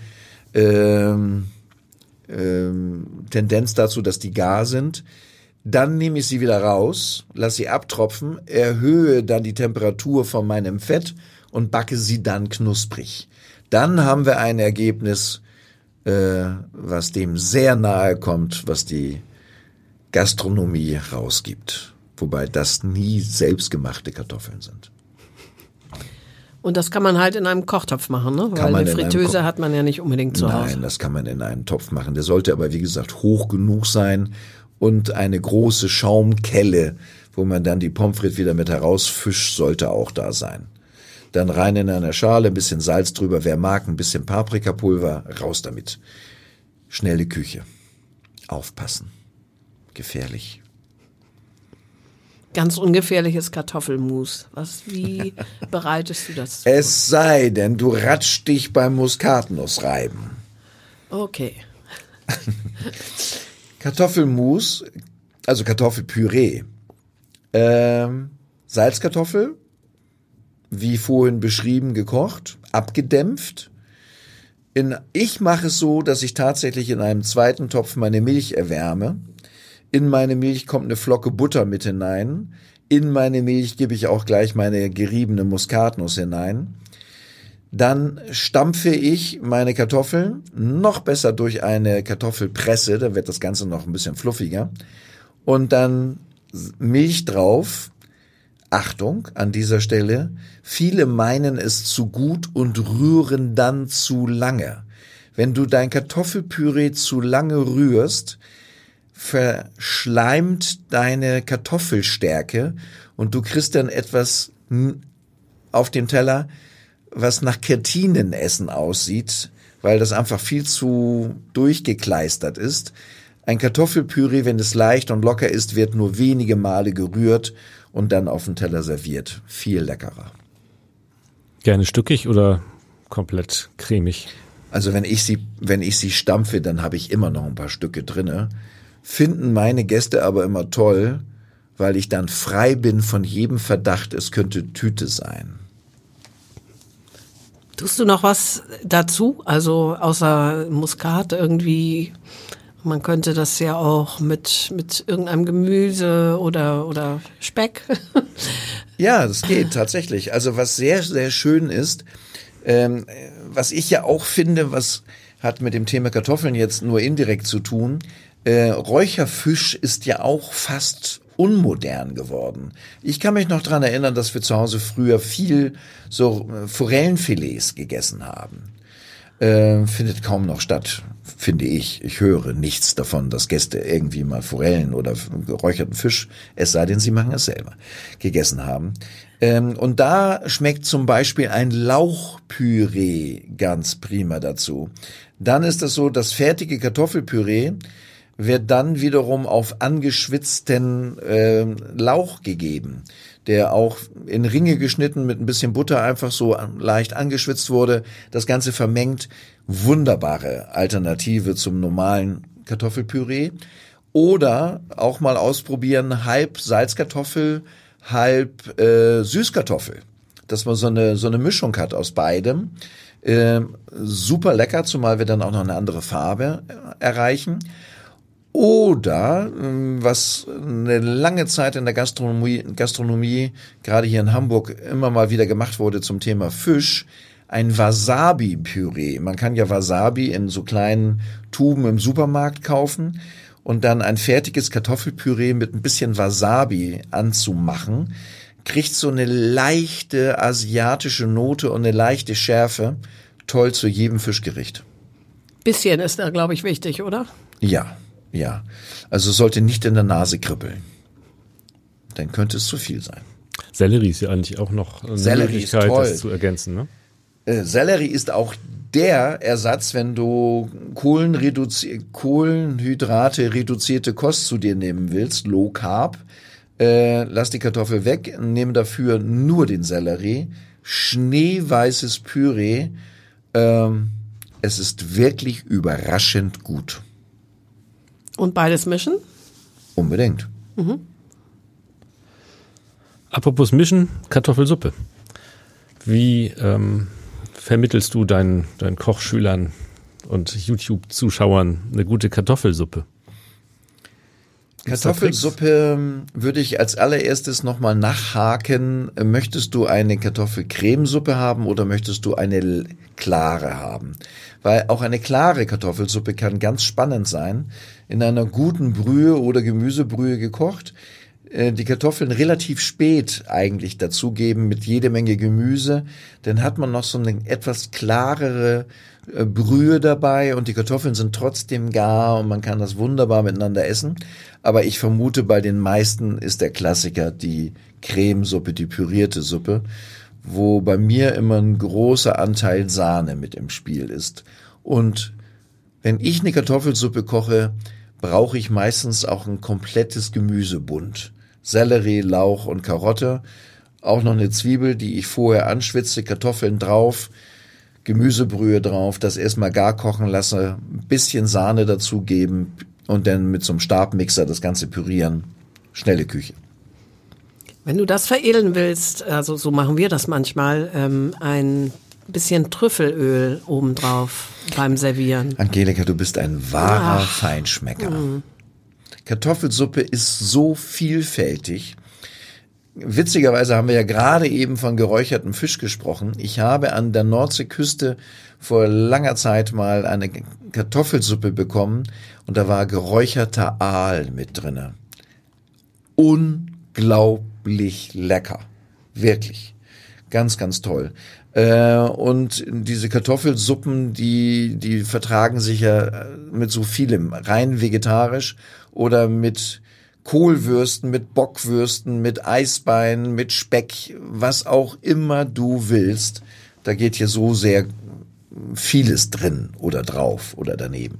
Tendenz dazu, dass die gar sind, dann nehme ich sie wieder raus, lasse sie abtropfen, erhöhe dann die Temperatur von meinem Fett und backe sie dann knusprig. Dann haben wir ein Ergebnis, was dem sehr nahe kommt, was die Gastronomie rausgibt. Wobei das nie selbstgemachte Kartoffeln sind.
Und das kann man halt in einem Kochtopf machen, ne? Weil eine Fritteuse hat man ja nicht unbedingt zu Hause.
Nein, das kann man in einem Topf machen. Der sollte aber, wie gesagt, hoch genug sein und eine große Schaumkelle, wo man dann die Pommes frites wieder mit herausfischt, sollte auch da sein. Dann rein in einer Schale, ein bisschen Salz drüber, wer mag, ein bisschen Paprikapulver, raus damit. Schnelle Küche. Aufpassen. Gefährlich.
Ganz ungefährliches Kartoffelmus. Wie bereitest du das zu?
Es sei denn, du ratschst dich beim Muskatnussreiben.
Okay.
Kartoffelmus, also Kartoffelpüree. Salzkartoffel, wie vorhin beschrieben, gekocht, abgedämpft. Ich mache es so, dass ich tatsächlich in einem zweiten Topf meine Milch erwärme. In meine Milch kommt eine Flocke Butter mit hinein. In meine Milch gebe ich auch gleich meine geriebene Muskatnuss hinein. Dann stampfe ich meine Kartoffeln noch besser durch eine Kartoffelpresse, dann wird das Ganze noch ein bisschen fluffiger. Und dann Milch drauf. Achtung an dieser Stelle, viele meinen es zu gut und rühren dann zu lange. Wenn du dein Kartoffelpüree zu lange rührst, verschleimt deine Kartoffelstärke und du kriegst dann etwas auf dem Teller, was nach Kirtinenessen aussieht, weil das einfach viel zu durchgekleistert ist. Ein Kartoffelpüree, wenn es leicht und locker ist, wird nur wenige Male gerührt und dann auf den Teller serviert. Viel leckerer.
Gerne stückig oder komplett cremig?
Also wenn ich sie stampfe, dann habe ich immer noch ein paar Stücke drinne. Finden meine Gäste aber immer toll, weil ich dann frei bin von jedem Verdacht, es könnte Tüte sein.
Tust du noch was dazu? Also außer Muskat irgendwie, man könnte das ja auch mit irgendeinem Gemüse oder Speck.
Ja, das geht tatsächlich. Also was sehr, sehr schön ist, was ich ja auch finde, was hat mit dem Thema Kartoffeln jetzt nur indirekt zu tun, Räucherfisch ist ja auch fast unmodern geworden. Ich kann mich noch dran erinnern, dass wir zu Hause früher viel so Forellenfilets gegessen haben. Findet kaum noch statt, finde ich. Ich höre nichts davon, dass Gäste irgendwie mal Forellen oder geräucherten Fisch, es sei denn, sie machen es selber, gegessen haben. Und da schmeckt zum Beispiel ein Lauchpüree ganz prima dazu. Dann ist es so, das fertige Kartoffelpüree wird dann wiederum auf angeschwitzten Lauch gegeben, der auch in Ringe geschnitten mit ein bisschen Butter einfach so leicht angeschwitzt wurde. Das Ganze vermengt. Wunderbare Alternative zum normalen Kartoffelpüree. Oder auch mal ausprobieren, halb Salzkartoffel, halb Süßkartoffel. Dass man so eine Mischung hat aus beidem. Super lecker, zumal wir dann auch noch eine andere Farbe erreichen. Oder, was eine lange Zeit in der Gastronomie, gerade hier in Hamburg, immer mal wieder gemacht wurde zum Thema Fisch, ein Wasabi-Püree. Man kann ja Wasabi in so kleinen Tuben im Supermarkt kaufen und dann ein fertiges Kartoffelpüree mit ein bisschen Wasabi anzumachen, kriegt so eine leichte asiatische Note und eine leichte Schärfe. Toll zu jedem Fischgericht.
Bisschen ist da, glaube ich, wichtig, oder?
Ja. Also es sollte nicht in der Nase kribbeln. Dann könnte es zu viel sein.
Sellerie ist ja eigentlich auch noch eine Möglichkeit, das zu ergänzen, ne?
Sellerie ist auch der Ersatz, wenn du Kohlenhydrate reduzierte Kost zu dir nehmen willst, Low Carb. Lass die Kartoffel weg, nimm dafür nur den Sellerie. Schneeweißes Püree. Es ist wirklich überraschend gut.
Und beides mischen?
Unbedingt.
Apropos Mischen, Kartoffelsuppe. Wie vermittelst du deinen Kochschülern und YouTube-Zuschauern eine gute Kartoffelsuppe?
Kartoffelsuppe würde ich als allererstes nochmal nachhaken. Möchtest du eine Kartoffelcremesuppe haben oder möchtest du eine klare haben? Weil auch eine klare Kartoffelsuppe kann ganz spannend sein. In einer guten Brühe oder Gemüsebrühe gekocht. Die Kartoffeln relativ spät eigentlich dazugeben mit jede Menge Gemüse. Dann hat man noch so eine etwas klarere Brühe dabei und die Kartoffeln sind trotzdem gar und man kann das wunderbar miteinander essen. Aber ich vermute, bei den meisten ist der Klassiker die Cremesuppe, die pürierte Suppe, wo bei mir immer ein großer Anteil Sahne mit im Spiel ist. Und wenn ich eine Kartoffelsuppe koche, brauche ich meistens auch ein komplettes Gemüsebund. Sellerie, Lauch und Karotte, auch noch eine Zwiebel, die ich vorher anschwitze, Kartoffeln drauf, Gemüsebrühe drauf, das erstmal gar kochen lasse, ein bisschen Sahne dazugeben und dann mit so einem Stabmixer das Ganze pürieren. Schnelle Küche.
Wenn du das veredeln willst, also so machen wir das manchmal, ein bisschen Trüffelöl obendrauf beim Servieren.
Angelika, du bist ein wahrer Feinschmecker. Kartoffelsuppe ist so vielfältig. Witzigerweise haben wir ja gerade eben von geräuchertem Fisch gesprochen. Ich habe an der Nordseeküste vor langer Zeit mal eine Kartoffelsuppe bekommen und da war geräucherter Aal mit drinne. Unglaublich lecker. Wirklich. Ganz, ganz toll. Und diese Kartoffelsuppen, die vertragen sich ja mit so vielem. Rein vegetarisch oder mit Kohlwürsten, mit Bockwürsten, mit Eisbeinen, mit Speck, was auch immer du willst. Da geht hier so sehr vieles drin oder drauf oder daneben.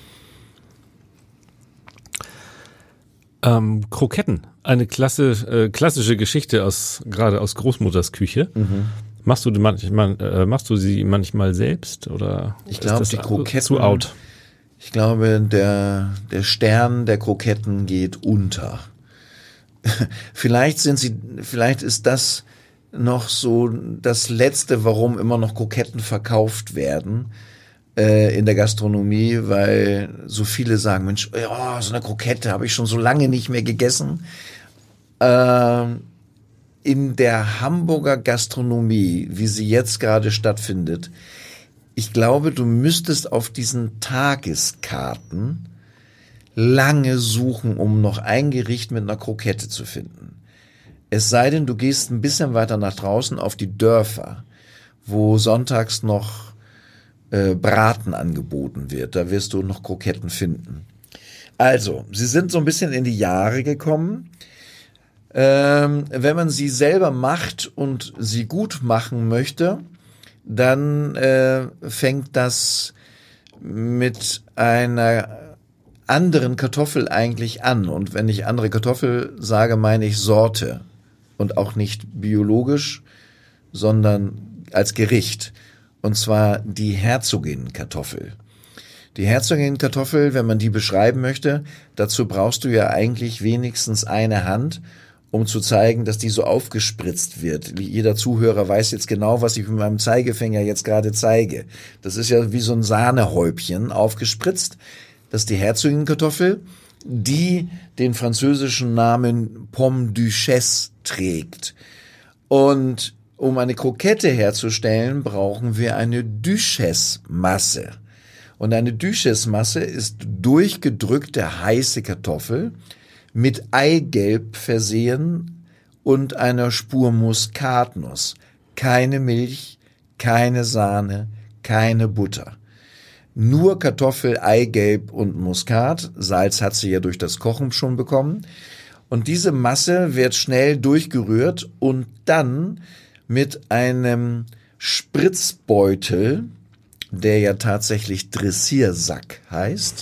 Kroketten, eine klassische Geschichte gerade aus Großmutters Küche. Machst du sie manchmal selbst oder
ich glaube, die Kroketten
zu out?
Ich glaube, der Stern der Kroketten geht unter. Vielleicht ist das noch so das Letzte, warum immer noch Kroketten verkauft werden in der Gastronomie, weil so viele sagen, Mensch, oh, so eine Krokette habe ich schon so lange nicht mehr gegessen. In der Hamburger Gastronomie, wie sie jetzt gerade stattfindet, ich glaube, du müsstest auf diesen Tageskarten lange suchen, um noch ein Gericht mit einer Krokette zu finden. Es sei denn, du gehst ein bisschen weiter nach draußen auf die Dörfer, wo sonntags noch Braten angeboten wird. Da wirst du noch Kroketten finden. Also, sie sind so ein bisschen in die Jahre gekommen. Wenn man sie selber macht und sie gut machen möchte, dann fängt das mit einer anderen Kartoffel eigentlich an. Und wenn ich andere Kartoffel sage, meine ich Sorte. Und auch nicht biologisch, sondern als Gericht. Und zwar die Herzogin-Kartoffel. Die Herzogin-Kartoffel, wenn man die beschreiben möchte, dazu brauchst du ja eigentlich wenigstens eine Hand, um zu zeigen, dass die so aufgespritzt wird. Jeder Zuhörer weiß jetzt genau, was ich mit meinem Zeigefinger jetzt gerade zeige. Das ist ja wie so ein Sahnehäubchen aufgespritzt. Das ist die Herzogin-Kartoffel, die den französischen Namen Pomme Duchesse trägt. Und um eine Krokette herzustellen, brauchen wir eine Duchesse-Masse. Und eine Duchesse-Masse ist durchgedrückte heiße Kartoffel mit Eigelb versehen und einer Spur Muskatnuss. Keine Milch, keine Sahne, keine Butter. Nur Kartoffel, Eigelb und Muskat. Salz hat sie ja durch das Kochen schon bekommen. Und diese Masse wird schnell durchgerührt und dann mit einem Spritzbeutel, der ja tatsächlich Dressiersack heißt,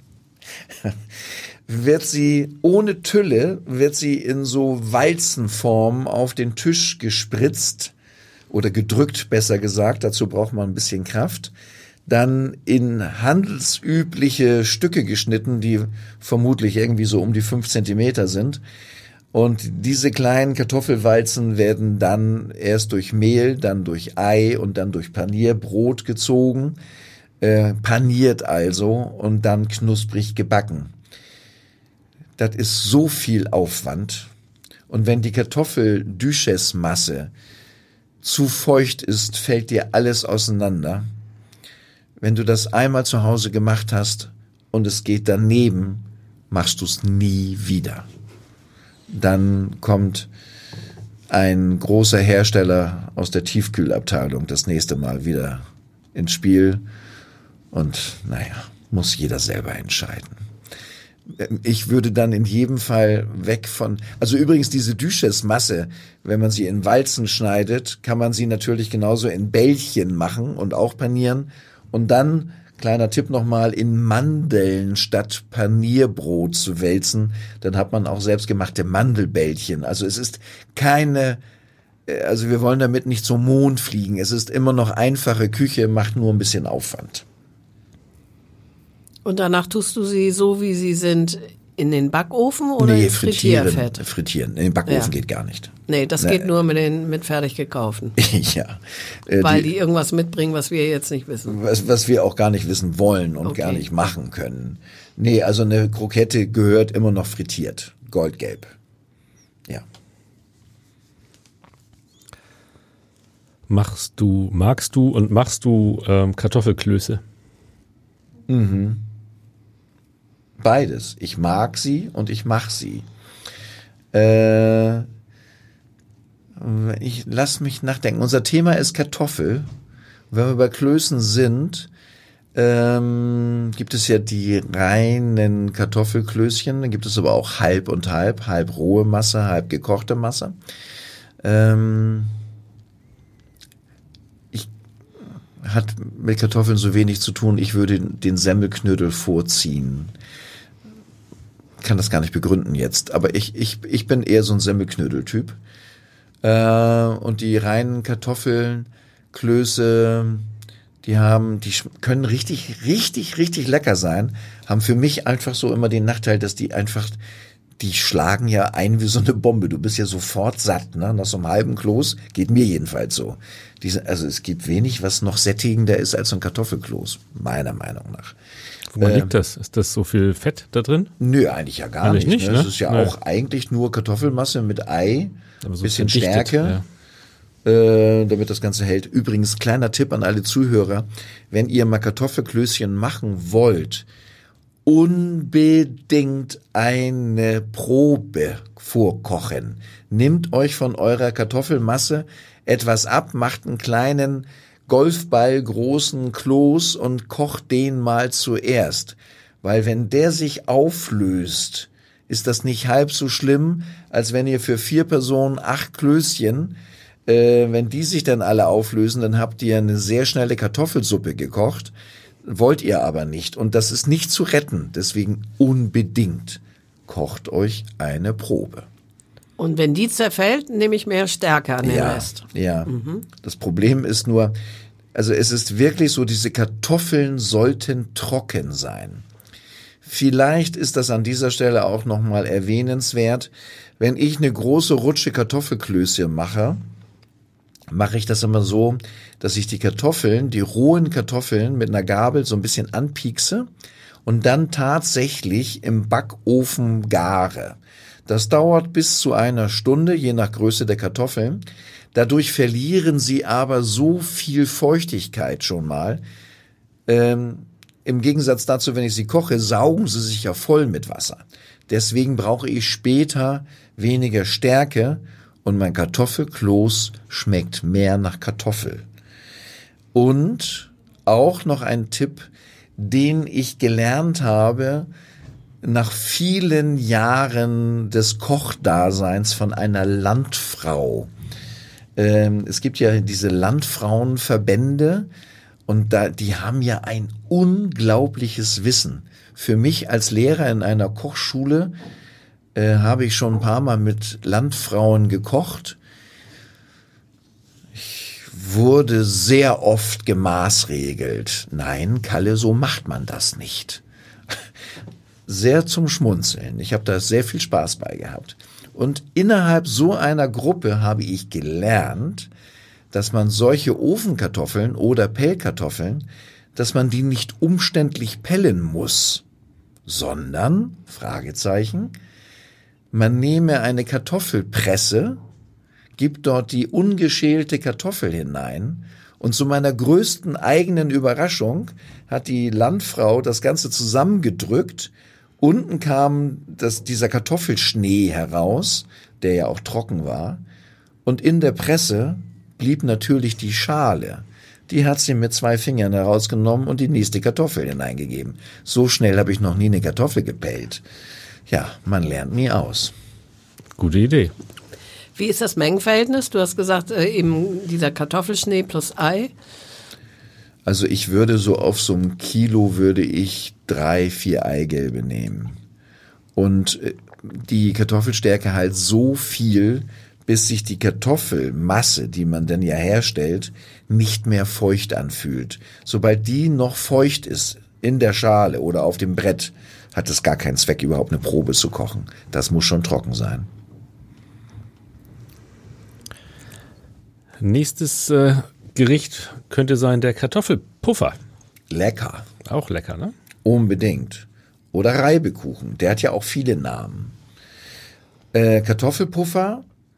wird sie ohne Tülle, wird sie in so Walzenform auf den Tisch gespritzt oder gedrückt, besser gesagt, dazu braucht man ein bisschen Kraft, dann in handelsübliche Stücke geschnitten, die vermutlich irgendwie so um die 5 Zentimeter sind. Und diese kleinen Kartoffelwalzen werden dann erst durch Mehl, dann durch Ei und dann durch Panierbrot gezogen, paniert also und dann knusprig gebacken. Das ist so viel Aufwand. Und wenn die Kartoffel-Duchesse-Masse zu feucht ist, fällt dir alles auseinander. Wenn du das einmal zu Hause gemacht hast und es geht daneben, machst du es nie wieder. Dann kommt ein großer Hersteller aus der Tiefkühlabteilung das nächste Mal wieder ins Spiel und muss jeder selber entscheiden. Ich würde dann in jedem Fall weg von, also übrigens diese Duchesse-Masse, wenn man sie in Walzen schneidet, kann man sie natürlich genauso in Bällchen machen und auch panieren und dann, kleiner Tipp nochmal, in Mandeln statt Panierbrot zu wälzen, dann hat man auch selbstgemachte Mandelbällchen. Also es ist keine, also wir wollen damit nicht zum Mond fliegen, es ist immer noch einfache Küche, macht nur ein bisschen Aufwand.
Und danach tust du sie so, wie sie sind, in den Backofen oder in Frittierfett?
Frittieren. In den Backofen geht gar nicht.
Nee, das geht nur mit fertig gekauften.
Ja.
Weil die irgendwas mitbringen, was wir jetzt nicht wissen.
Was wir auch gar nicht wissen wollen und gar nicht machen können. Nee, also eine Krokette gehört immer noch frittiert. Goldgelb. Ja.
Magst du Kartoffelklöße?
Mhm. Beides. Ich mag sie und ich mach sie. Ich lass mich nachdenken. Unser Thema ist Kartoffel. Wenn wir bei Klößen sind, gibt es ja die reinen Kartoffelklößchen. Dann gibt es aber auch halb und halb. Halb rohe Masse, halb gekochte Masse. Hat mit Kartoffeln so wenig zu tun. Ich würde den Semmelknödel vorziehen. Kann das gar nicht begründen jetzt, aber ich bin eher so ein Semmelknödel-Typ. Und die reinen Kartoffelklöße, die können richtig lecker sein, haben für mich einfach so immer den Nachteil, dass die schlagen ja ein wie so eine Bombe. Du bist ja sofort satt, ne? Nach so einem halben Kloß, geht mir jedenfalls so. Also es gibt wenig, was noch sättigender ist als so ein Kartoffelkloß, meiner Meinung nach.
Woran liegt das? Ist das so viel Fett da drin?
Nö, eigentlich ja gar nicht. Ne? Es ist ja auch eigentlich nur Kartoffelmasse mit Ei, so bisschen Stärke, damit das Ganze hält. Übrigens, kleiner Tipp an alle Zuhörer, wenn ihr mal Kartoffelklößchen machen wollt, unbedingt eine Probe vorkochen. Nehmt euch von eurer Kartoffelmasse etwas ab, macht einen kleinen Golfball großen Kloß und kocht den mal zuerst. Weil wenn der sich auflöst, ist das nicht halb so schlimm, als wenn ihr für 4 Personen 8 Klößchen, wenn die sich dann alle auflösen, dann habt ihr eine sehr schnelle Kartoffelsuppe gekocht. Wollt ihr aber nicht. Und das ist nicht zu retten. Deswegen unbedingt kocht euch eine Probe.
Und wenn die zerfällt, nehme ich mehr Stärke an den Rest.
Ja, Das Problem ist nur, also es ist wirklich so, diese Kartoffeln sollten trocken sein. Vielleicht ist das an dieser Stelle auch nochmal erwähnenswert. Wenn ich eine große Rutsche Kartoffelklößchen mache ich das immer so, dass ich die rohen Kartoffeln mit einer Gabel so ein bisschen anpiekse und dann tatsächlich im Backofen gare. Das dauert bis zu 1 Stunde, je nach Größe der Kartoffeln. Dadurch verlieren sie aber so viel Feuchtigkeit schon mal. Im Gegensatz dazu, wenn ich sie koche, saugen sie sich ja voll mit Wasser. Deswegen brauche ich später weniger Stärke und mein Kartoffelkloß schmeckt mehr nach Kartoffel. Und auch noch ein Tipp, den ich gelernt habe nach vielen Jahren des Kochdaseins von einer Landfrau. Es gibt ja diese Landfrauenverbände und die haben ja ein unglaubliches Wissen. Für mich als Lehrer in einer Kochschule habe ich schon ein paar Mal mit Landfrauen gekocht. Ich wurde sehr oft gemaßregelt. Nein, Kalle, so macht man das nicht. Sehr zum Schmunzeln. Ich habe da sehr viel Spaß bei gehabt. Und innerhalb so einer Gruppe habe ich gelernt, dass man solche Ofenkartoffeln oder Pellkartoffeln, dass man die nicht umständlich pellen muss, sondern, Fragezeichen, man nehme eine Kartoffelpresse, gibt dort die ungeschälte Kartoffel hinein und zu meiner größten eigenen Überraschung hat die Landfrau das Ganze zusammengedrückt. Unten kam dieser Kartoffelschnee heraus, der ja auch trocken war, und in der Presse blieb natürlich die Schale. Die hat sie mit 2 Fingern herausgenommen und die nächste Kartoffel hineingegeben. So schnell habe ich noch nie eine Kartoffel gepellt. Ja, man lernt nie aus.
Gute Idee.
Wie ist das Mengenverhältnis? Du hast gesagt, eben dieser Kartoffelschnee plus Ei.
Also ich würde so auf so einem Kilo würde ich 3, 4 Eigelbe nehmen. Und die Kartoffelstärke halt so viel, bis sich die Kartoffelmasse, die man dann ja herstellt, nicht mehr feucht anfühlt. Sobald die noch feucht ist in der Schale oder auf dem Brett, hat es gar keinen Zweck, überhaupt eine Probe zu kochen. Das muss schon trocken sein.
Nächstes Gericht könnte sein der Kartoffelpuffer.
Lecker.
Auch lecker, ne?
Unbedingt. Oder Reibekuchen. Der hat ja auch viele Namen. Kartoffelpuffer,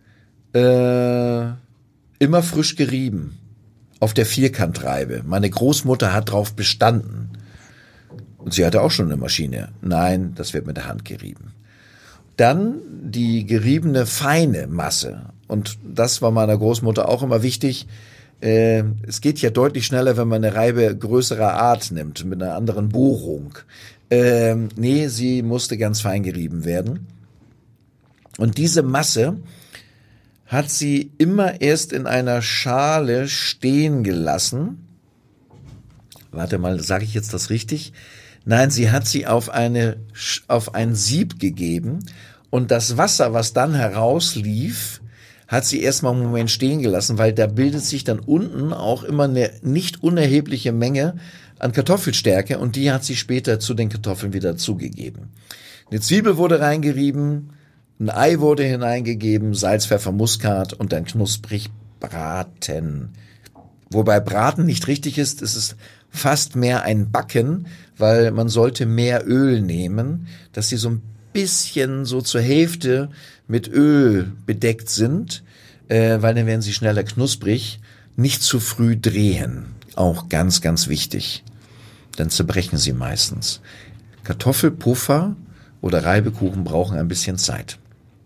immer frisch gerieben. Auf der Vierkantreibe. Meine Großmutter hat drauf bestanden. Und sie hatte auch schon eine Maschine. Nein, das wird mit der Hand gerieben. Dann die geriebene feine Masse. Und das war meiner Großmutter auch immer wichtig. Es geht ja deutlich schneller, wenn man eine Reibe größerer Art nimmt, mit einer anderen Bohrung. Nee, sie musste ganz fein gerieben werden. Und diese Masse hat sie immer erst in einer Schale stehen gelassen. Warte mal, sage ich jetzt das richtig? Nein, sie hat sie auf ein Sieb gegeben und das Wasser, was dann herauslief, hat sie erstmal einen Moment stehen gelassen, weil da bildet sich dann unten auch immer eine nicht unerhebliche Menge an Kartoffelstärke und die hat sie später zu den Kartoffeln wieder zugegeben. Eine Zwiebel wurde reingerieben, ein Ei wurde hineingegeben, Salz, Pfeffer, Muskat und dann knusprig braten. Wobei braten nicht richtig ist, es ist fast mehr ein Backen, weil man sollte mehr Öl nehmen, dass sie so ein bisschen so zur Hälfte mit Öl bedeckt sind, weil dann werden sie schneller knusprig. Nicht zu früh drehen, auch ganz, ganz wichtig. Dann zerbrechen sie meistens. Kartoffelpuffer oder Reibekuchen brauchen ein bisschen Zeit.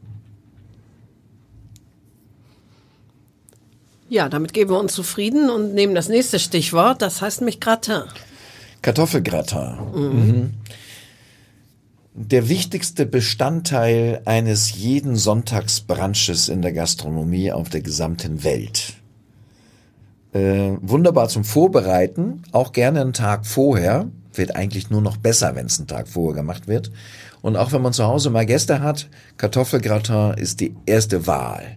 Ja, damit geben wir uns zufrieden und nehmen das nächste Stichwort, das heißt nämlich Gratin.
Kartoffelgratin. Mhm. Der wichtigste Bestandteil eines jeden Sonntagsbrunches in der Gastronomie auf der gesamten Welt. Wunderbar zum Vorbereiten, auch gerne einen Tag vorher. Wird eigentlich nur noch besser, wenn es einen Tag vorher gemacht wird. Und auch wenn man zu Hause mal Gäste hat, Kartoffelgratin ist die erste Wahl.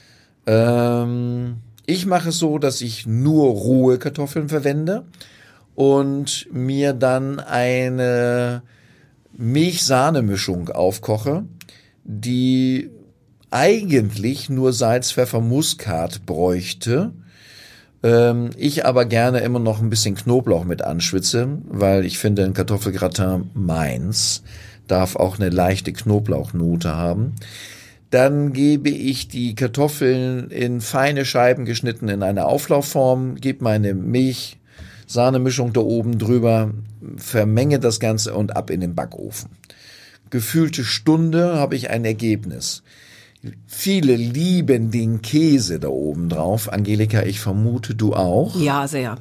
Ich mache es so, dass ich nur rohe Kartoffeln verwende und mir dann eine Milch-Sahne-Mischung aufkoche, die eigentlich nur Salz, Pfeffer, Muskat bräuchte. Ich aber gerne immer noch ein bisschen Knoblauch mit anschwitze, weil ich finde, ein Kartoffelgratin meins darf auch eine leichte Knoblauchnote haben. Dann gebe ich die Kartoffeln in feine Scheiben geschnitten in eine Auflaufform, gebe meine Milch-Sahne-Mischung da oben drüber, vermenge das Ganze und ab in den Backofen. Gefühlte Stunde habe ich ein Ergebnis. Viele lieben den Käse da oben drauf. Angelika, ich vermute, du auch.
Ja, sehr.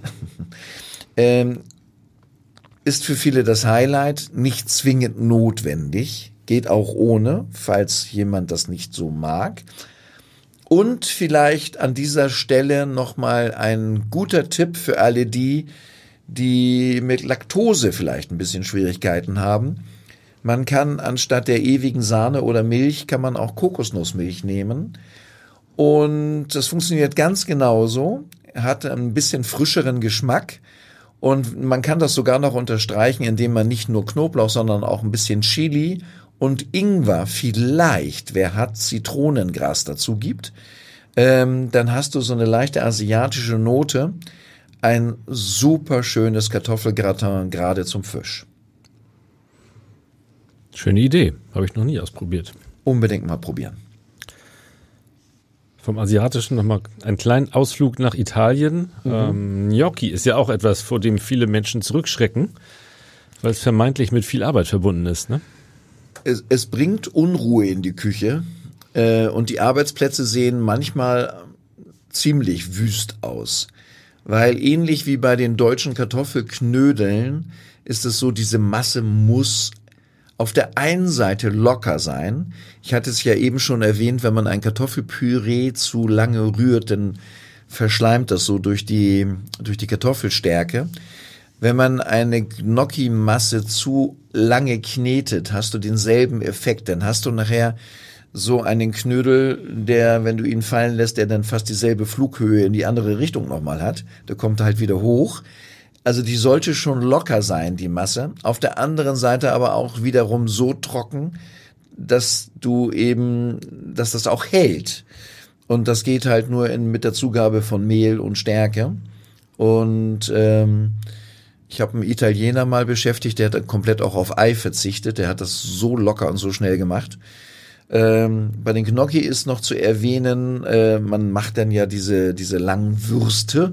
Ist für viele das Highlight, nicht zwingend notwendig. Geht auch ohne, falls jemand das nicht so mag. Und vielleicht an dieser Stelle nochmal ein guter Tipp für alle die mit Laktose vielleicht ein bisschen Schwierigkeiten haben. Man kann anstatt der ewigen Sahne oder Milch, kann man auch Kokosnussmilch nehmen. Und das funktioniert ganz genauso, hat ein bisschen frischeren Geschmack. Und man kann das sogar noch unterstreichen, indem man nicht nur Knoblauch, sondern auch ein bisschen Chili und Ingwer, vielleicht, wer hat, Zitronengras dazu gibt. Dann hast du so eine leichte asiatische Note. Ein super schönes Kartoffelgratin, gerade zum Fisch.
Schöne Idee, habe ich noch nie ausprobiert.
Unbedingt mal probieren.
Vom Asiatischen nochmal einen kleinen Ausflug nach Italien. Gnocchi ist ja auch etwas, vor dem viele Menschen zurückschrecken, weil es vermeintlich mit viel Arbeit verbunden ist, ne?
Es bringt Unruhe in die Küche und die Arbeitsplätze sehen manchmal ziemlich wüst aus. Weil ähnlich wie bei den deutschen Kartoffelknödeln ist es so, diese Masse muss auf der einen Seite locker sein. Ich hatte es ja eben schon erwähnt, wenn man ein Kartoffelpüree zu lange rührt, dann verschleimt das so durch die Kartoffelstärke. Wenn man eine Gnocchi-Masse zu lange knetet, hast du denselben Effekt. Dann hast du nachher so einen Knödel, der, wenn du ihn fallen lässt, der dann fast dieselbe Flughöhe in die andere Richtung nochmal hat. Der kommt halt wieder hoch. Also die sollte schon locker sein, die Masse. Auf der anderen Seite aber auch wiederum so trocken, dass das auch hält. Und das geht halt nur mit der Zugabe von Mehl und Stärke. Und ich habe einen Italiener mal beschäftigt, der hat komplett auch auf Ei verzichtet. Der hat das so locker und so schnell gemacht. Bei den Gnocchi ist noch zu erwähnen, man macht dann ja diese langen Würste,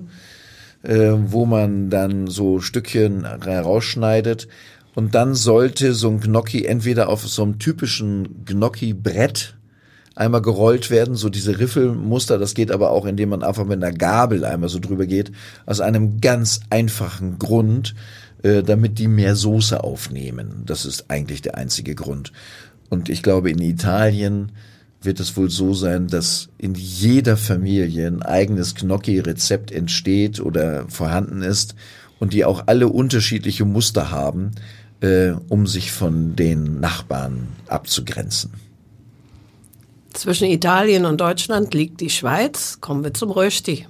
wo man dann so Stückchen herausschneidet. Und dann sollte so ein Gnocchi entweder auf so einem typischen Gnocchi-Brett einmal gerollt werden, so diese Riffelmuster. Das geht aber auch, indem man einfach mit einer Gabel einmal so drüber geht, aus einem ganz einfachen Grund, damit die mehr Soße aufnehmen. Das ist eigentlich der einzige Grund. Und ich glaube, in Italien wird es wohl so sein, dass in jeder Familie ein eigenes Gnocchi-Rezept entsteht oder vorhanden ist und die auch alle unterschiedliche Muster haben, um sich von den Nachbarn abzugrenzen.
Zwischen Italien und Deutschland liegt die Schweiz. Kommen wir zum Rösti.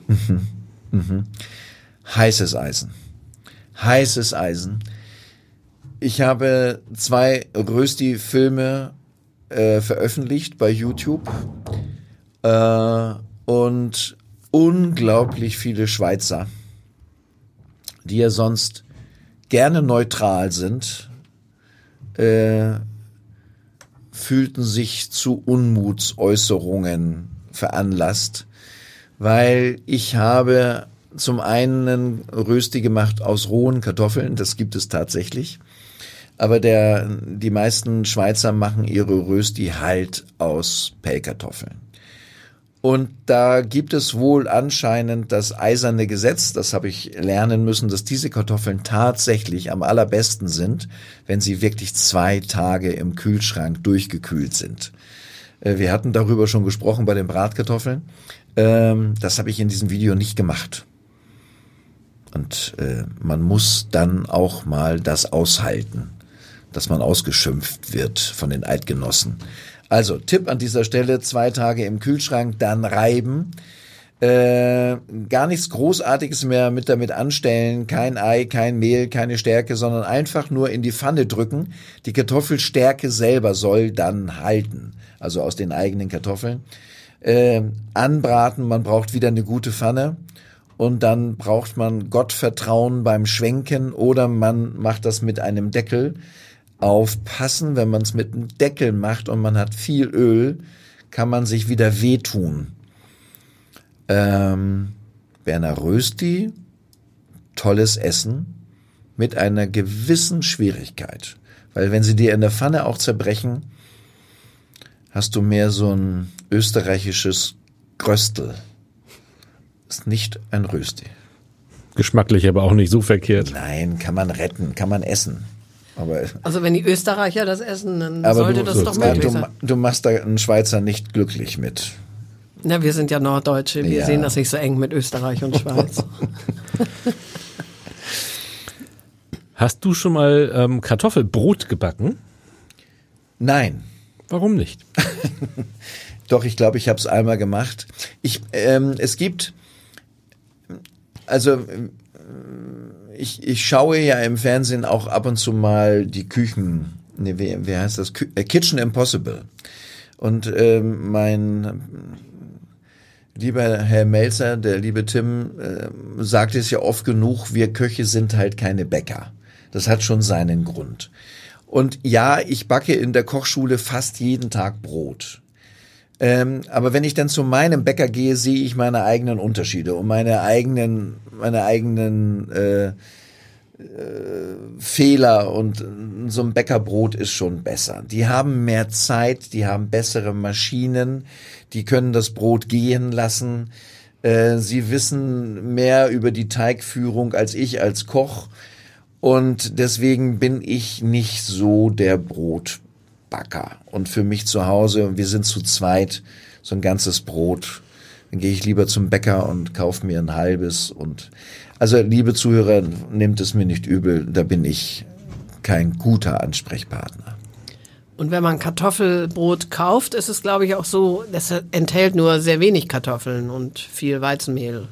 Heißes Eisen. Heißes Eisen. Ich habe 2 Rösti-Filme veröffentlicht bei YouTube und unglaublich viele Schweizer, die ja sonst gerne neutral sind, fühlten sich zu Unmutsäußerungen veranlasst, weil ich habe zum einen Rösti gemacht aus rohen Kartoffeln, das gibt es tatsächlich, aber die meisten Schweizer machen ihre Rösti halt aus Pellkartoffeln. Und da gibt es wohl anscheinend das eiserne Gesetz, das habe ich lernen müssen, dass diese Kartoffeln tatsächlich am allerbesten sind, wenn sie wirklich 2 Tage im Kühlschrank durchgekühlt sind. Wir hatten darüber schon gesprochen bei den Bratkartoffeln. Das habe ich in diesem Video nicht gemacht. Und man muss dann auch mal das aushalten, dass man ausgeschimpft wird von den Eidgenossen. Also Tipp an dieser Stelle, 2 Tage im Kühlschrank, dann reiben. Gar nichts Großartiges mehr damit anstellen, kein Ei, kein Mehl, keine Stärke, sondern einfach nur in die Pfanne drücken. Die Kartoffelstärke selber soll dann halten, also aus den eigenen Kartoffeln. Anbraten, man braucht wieder eine gute Pfanne und dann braucht man Gottvertrauen beim Schwenken oder man macht das mit einem Deckel. Aufpassen, wenn man es mit einem Deckel macht und man hat viel Öl, kann man sich wieder wehtun. Berner Rösti, tolles Essen mit einer gewissen Schwierigkeit. Weil wenn sie dir in der Pfanne auch zerbrechen, hast du mehr so ein österreichisches Gröstel. Ist nicht ein Rösti.
Geschmacklich aber auch nicht so verkehrt.
Nein, kann man retten, kann man essen. Aber
also wenn die Österreicher das essen, dann sollte das doch möglich sein.
Du machst da einen Schweizer nicht glücklich mit.
Na, wir sind ja Norddeutsche, wir sehen das nicht so eng mit Österreich und Schweiz.
Hast du schon mal Kartoffelbrot gebacken?
Nein.
Warum nicht?
Doch, ich glaube, ich habe es einmal gemacht. Es gibt, also ich schaue ja im Fernsehen auch ab und zu mal die Küchen, wie heißt das? Kitchen Impossible. Und mein lieber Herr Melzer, der liebe Tim, sagt es ja oft genug, wir Köche sind halt keine Bäcker. Das hat schon seinen Grund. Und ja, ich backe in der Kochschule fast jeden Tag Brot. Aber wenn ich dann zu meinem Bäcker gehe, sehe ich meine eigenen Unterschiede und meine eigenen Fehler, und so ein Bäckerbrot ist schon besser. Die haben mehr Zeit, die haben bessere Maschinen, die können das Brot gehen lassen. Sie wissen mehr über die Teigführung als ich als Koch. Und deswegen bin ich nicht so der Brotbacker. Und für mich zu Hause, wir sind zu zweit, so ein ganzes Brot, dann gehe ich lieber zum Bäcker und kaufe mir ein halbes. Und also, liebe Zuhörer, nehmt es mir nicht übel, da bin ich kein guter Ansprechpartner.
Und wenn man Kartoffelbrot kauft, ist es, glaube ich, auch so, das enthält nur sehr wenig Kartoffeln und viel Weizenmehl.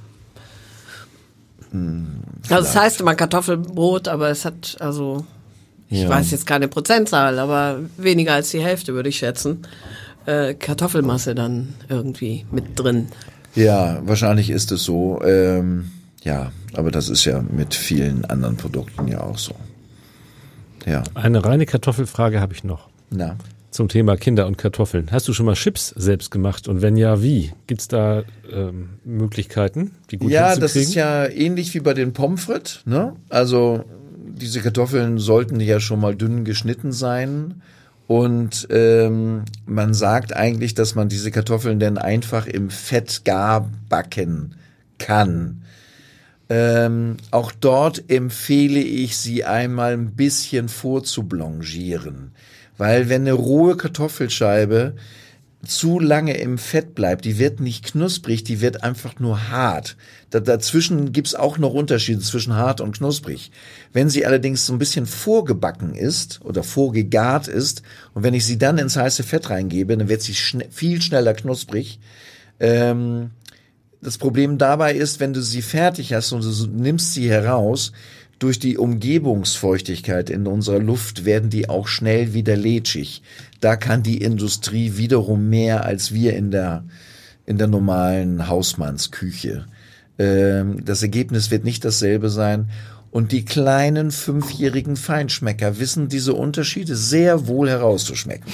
Also es heißt immer Kartoffelbrot, aber es hat, also ich weiß jetzt keine Prozentzahl, aber weniger als die Hälfte, würde ich schätzen, Kartoffelmasse dann irgendwie mit drin.
Ja, wahrscheinlich ist es so. Ja, aber das ist ja mit vielen anderen Produkten ja auch so. Ja.
Eine reine Kartoffelfrage habe ich noch.
Na?
Zum Thema Kinder und Kartoffeln. Hast du schon mal Chips selbst gemacht? Und wenn ja, wie? Gibt's da Möglichkeiten, die gut hinzukriegen?
Ja, das ist ja ähnlich wie bei den Pommes frites, ne? Also diese Kartoffeln sollten ja schon mal dünn geschnitten sein. Und man sagt eigentlich, dass man diese Kartoffeln dann einfach im Fett gar backen kann. Auch dort empfehle ich, sie einmal ein bisschen vorzublanchieren. Weil wenn eine rohe Kartoffelscheibe zu lange im Fett bleibt, die wird nicht knusprig, die wird einfach nur hart. Dazwischen gibt's auch noch Unterschiede zwischen hart und knusprig. Wenn sie allerdings so ein bisschen vorgebacken ist oder vorgegart ist und wenn ich sie dann ins heiße Fett reingebe, dann wird sie viel schneller knusprig. Das Problem dabei ist, wenn du sie fertig hast und du nimmst sie heraus, durch die Umgebungsfeuchtigkeit in unserer Luft werden die auch schnell wieder lätschig. Da kann die Industrie wiederum mehr als wir in der normalen Hausmannsküche. Das Ergebnis wird nicht dasselbe sein. Und die kleinen 5-jährigen Feinschmecker wissen diese Unterschiede sehr wohl herauszuschmecken.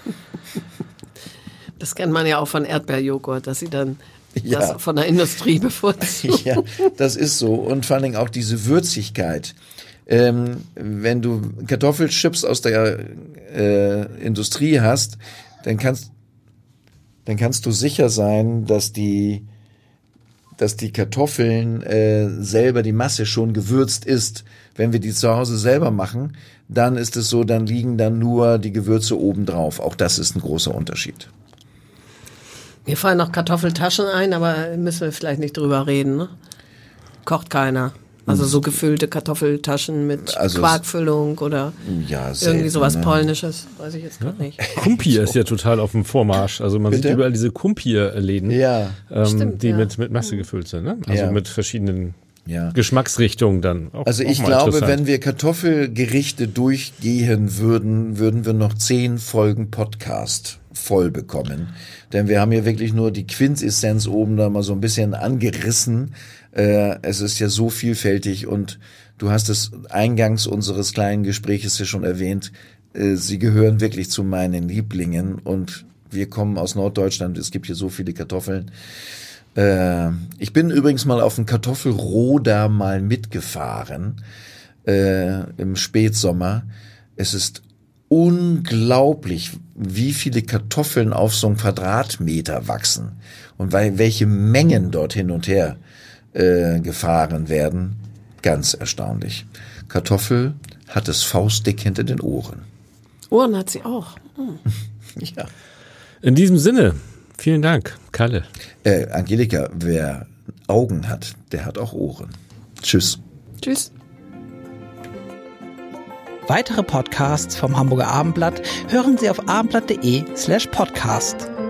Das kennt man ja auch von Erdbeerjoghurt, dass sie dann das von der Industrie bevorzugen.
Ja, das ist so. Und vor allen Dingen auch diese Würzigkeit. Wenn du Kartoffelchips aus der Industrie hast, dann kannst du sicher sein, dass die Kartoffeln selber, die Masse schon gewürzt ist. Wenn wir die zu Hause selber machen, dann ist es so, dann liegen dann nur die Gewürze oben drauf. Auch das ist ein großer Unterschied.
Mir fallen noch Kartoffeltaschen ein, aber müssen wir vielleicht nicht drüber reden, ne? Kocht keiner. Also so gefüllte Kartoffeltaschen mit Quarkfüllung oder irgendwie sowas Polnisches, weiß ich jetzt gerade nicht.
Kumpir ist ja total auf dem Vormarsch. Also man sieht überall diese Kumpir-Läden, die mit Masse gefüllt sind, ne? Also mit verschiedenen Geschmacksrichtungen dann.
Also ich glaube, wenn wir Kartoffelgerichte durchgehen würden wir noch 10 Folgen Podcast voll bekommen. Denn wir haben hier wirklich nur die Quintessenz oben da mal so ein bisschen angerissen. Es ist ja so vielfältig und du hast es eingangs unseres kleinen Gespräches ja schon erwähnt. Sie gehören wirklich zu meinen Lieblingen und wir kommen aus Norddeutschland. Es gibt hier so viele Kartoffeln. Ich bin übrigens mal auf dem Kartoffelroder mal mitgefahren im Spätsommer. Es ist unglaublich, wie viele Kartoffeln auf so einem Quadratmeter wachsen und welche Mengen dort hin und her gefahren werden. Ganz erstaunlich. Kartoffel hat es faustdick hinter den Ohren.
Ohren hat sie auch.
Ja.
In diesem Sinne, vielen Dank, Kalle.
Angelika, wer Augen hat, der hat auch Ohren. Tschüss.
Tschüss.
Weitere Podcasts vom Hamburger Abendblatt hören Sie auf abendblatt.de/podcast.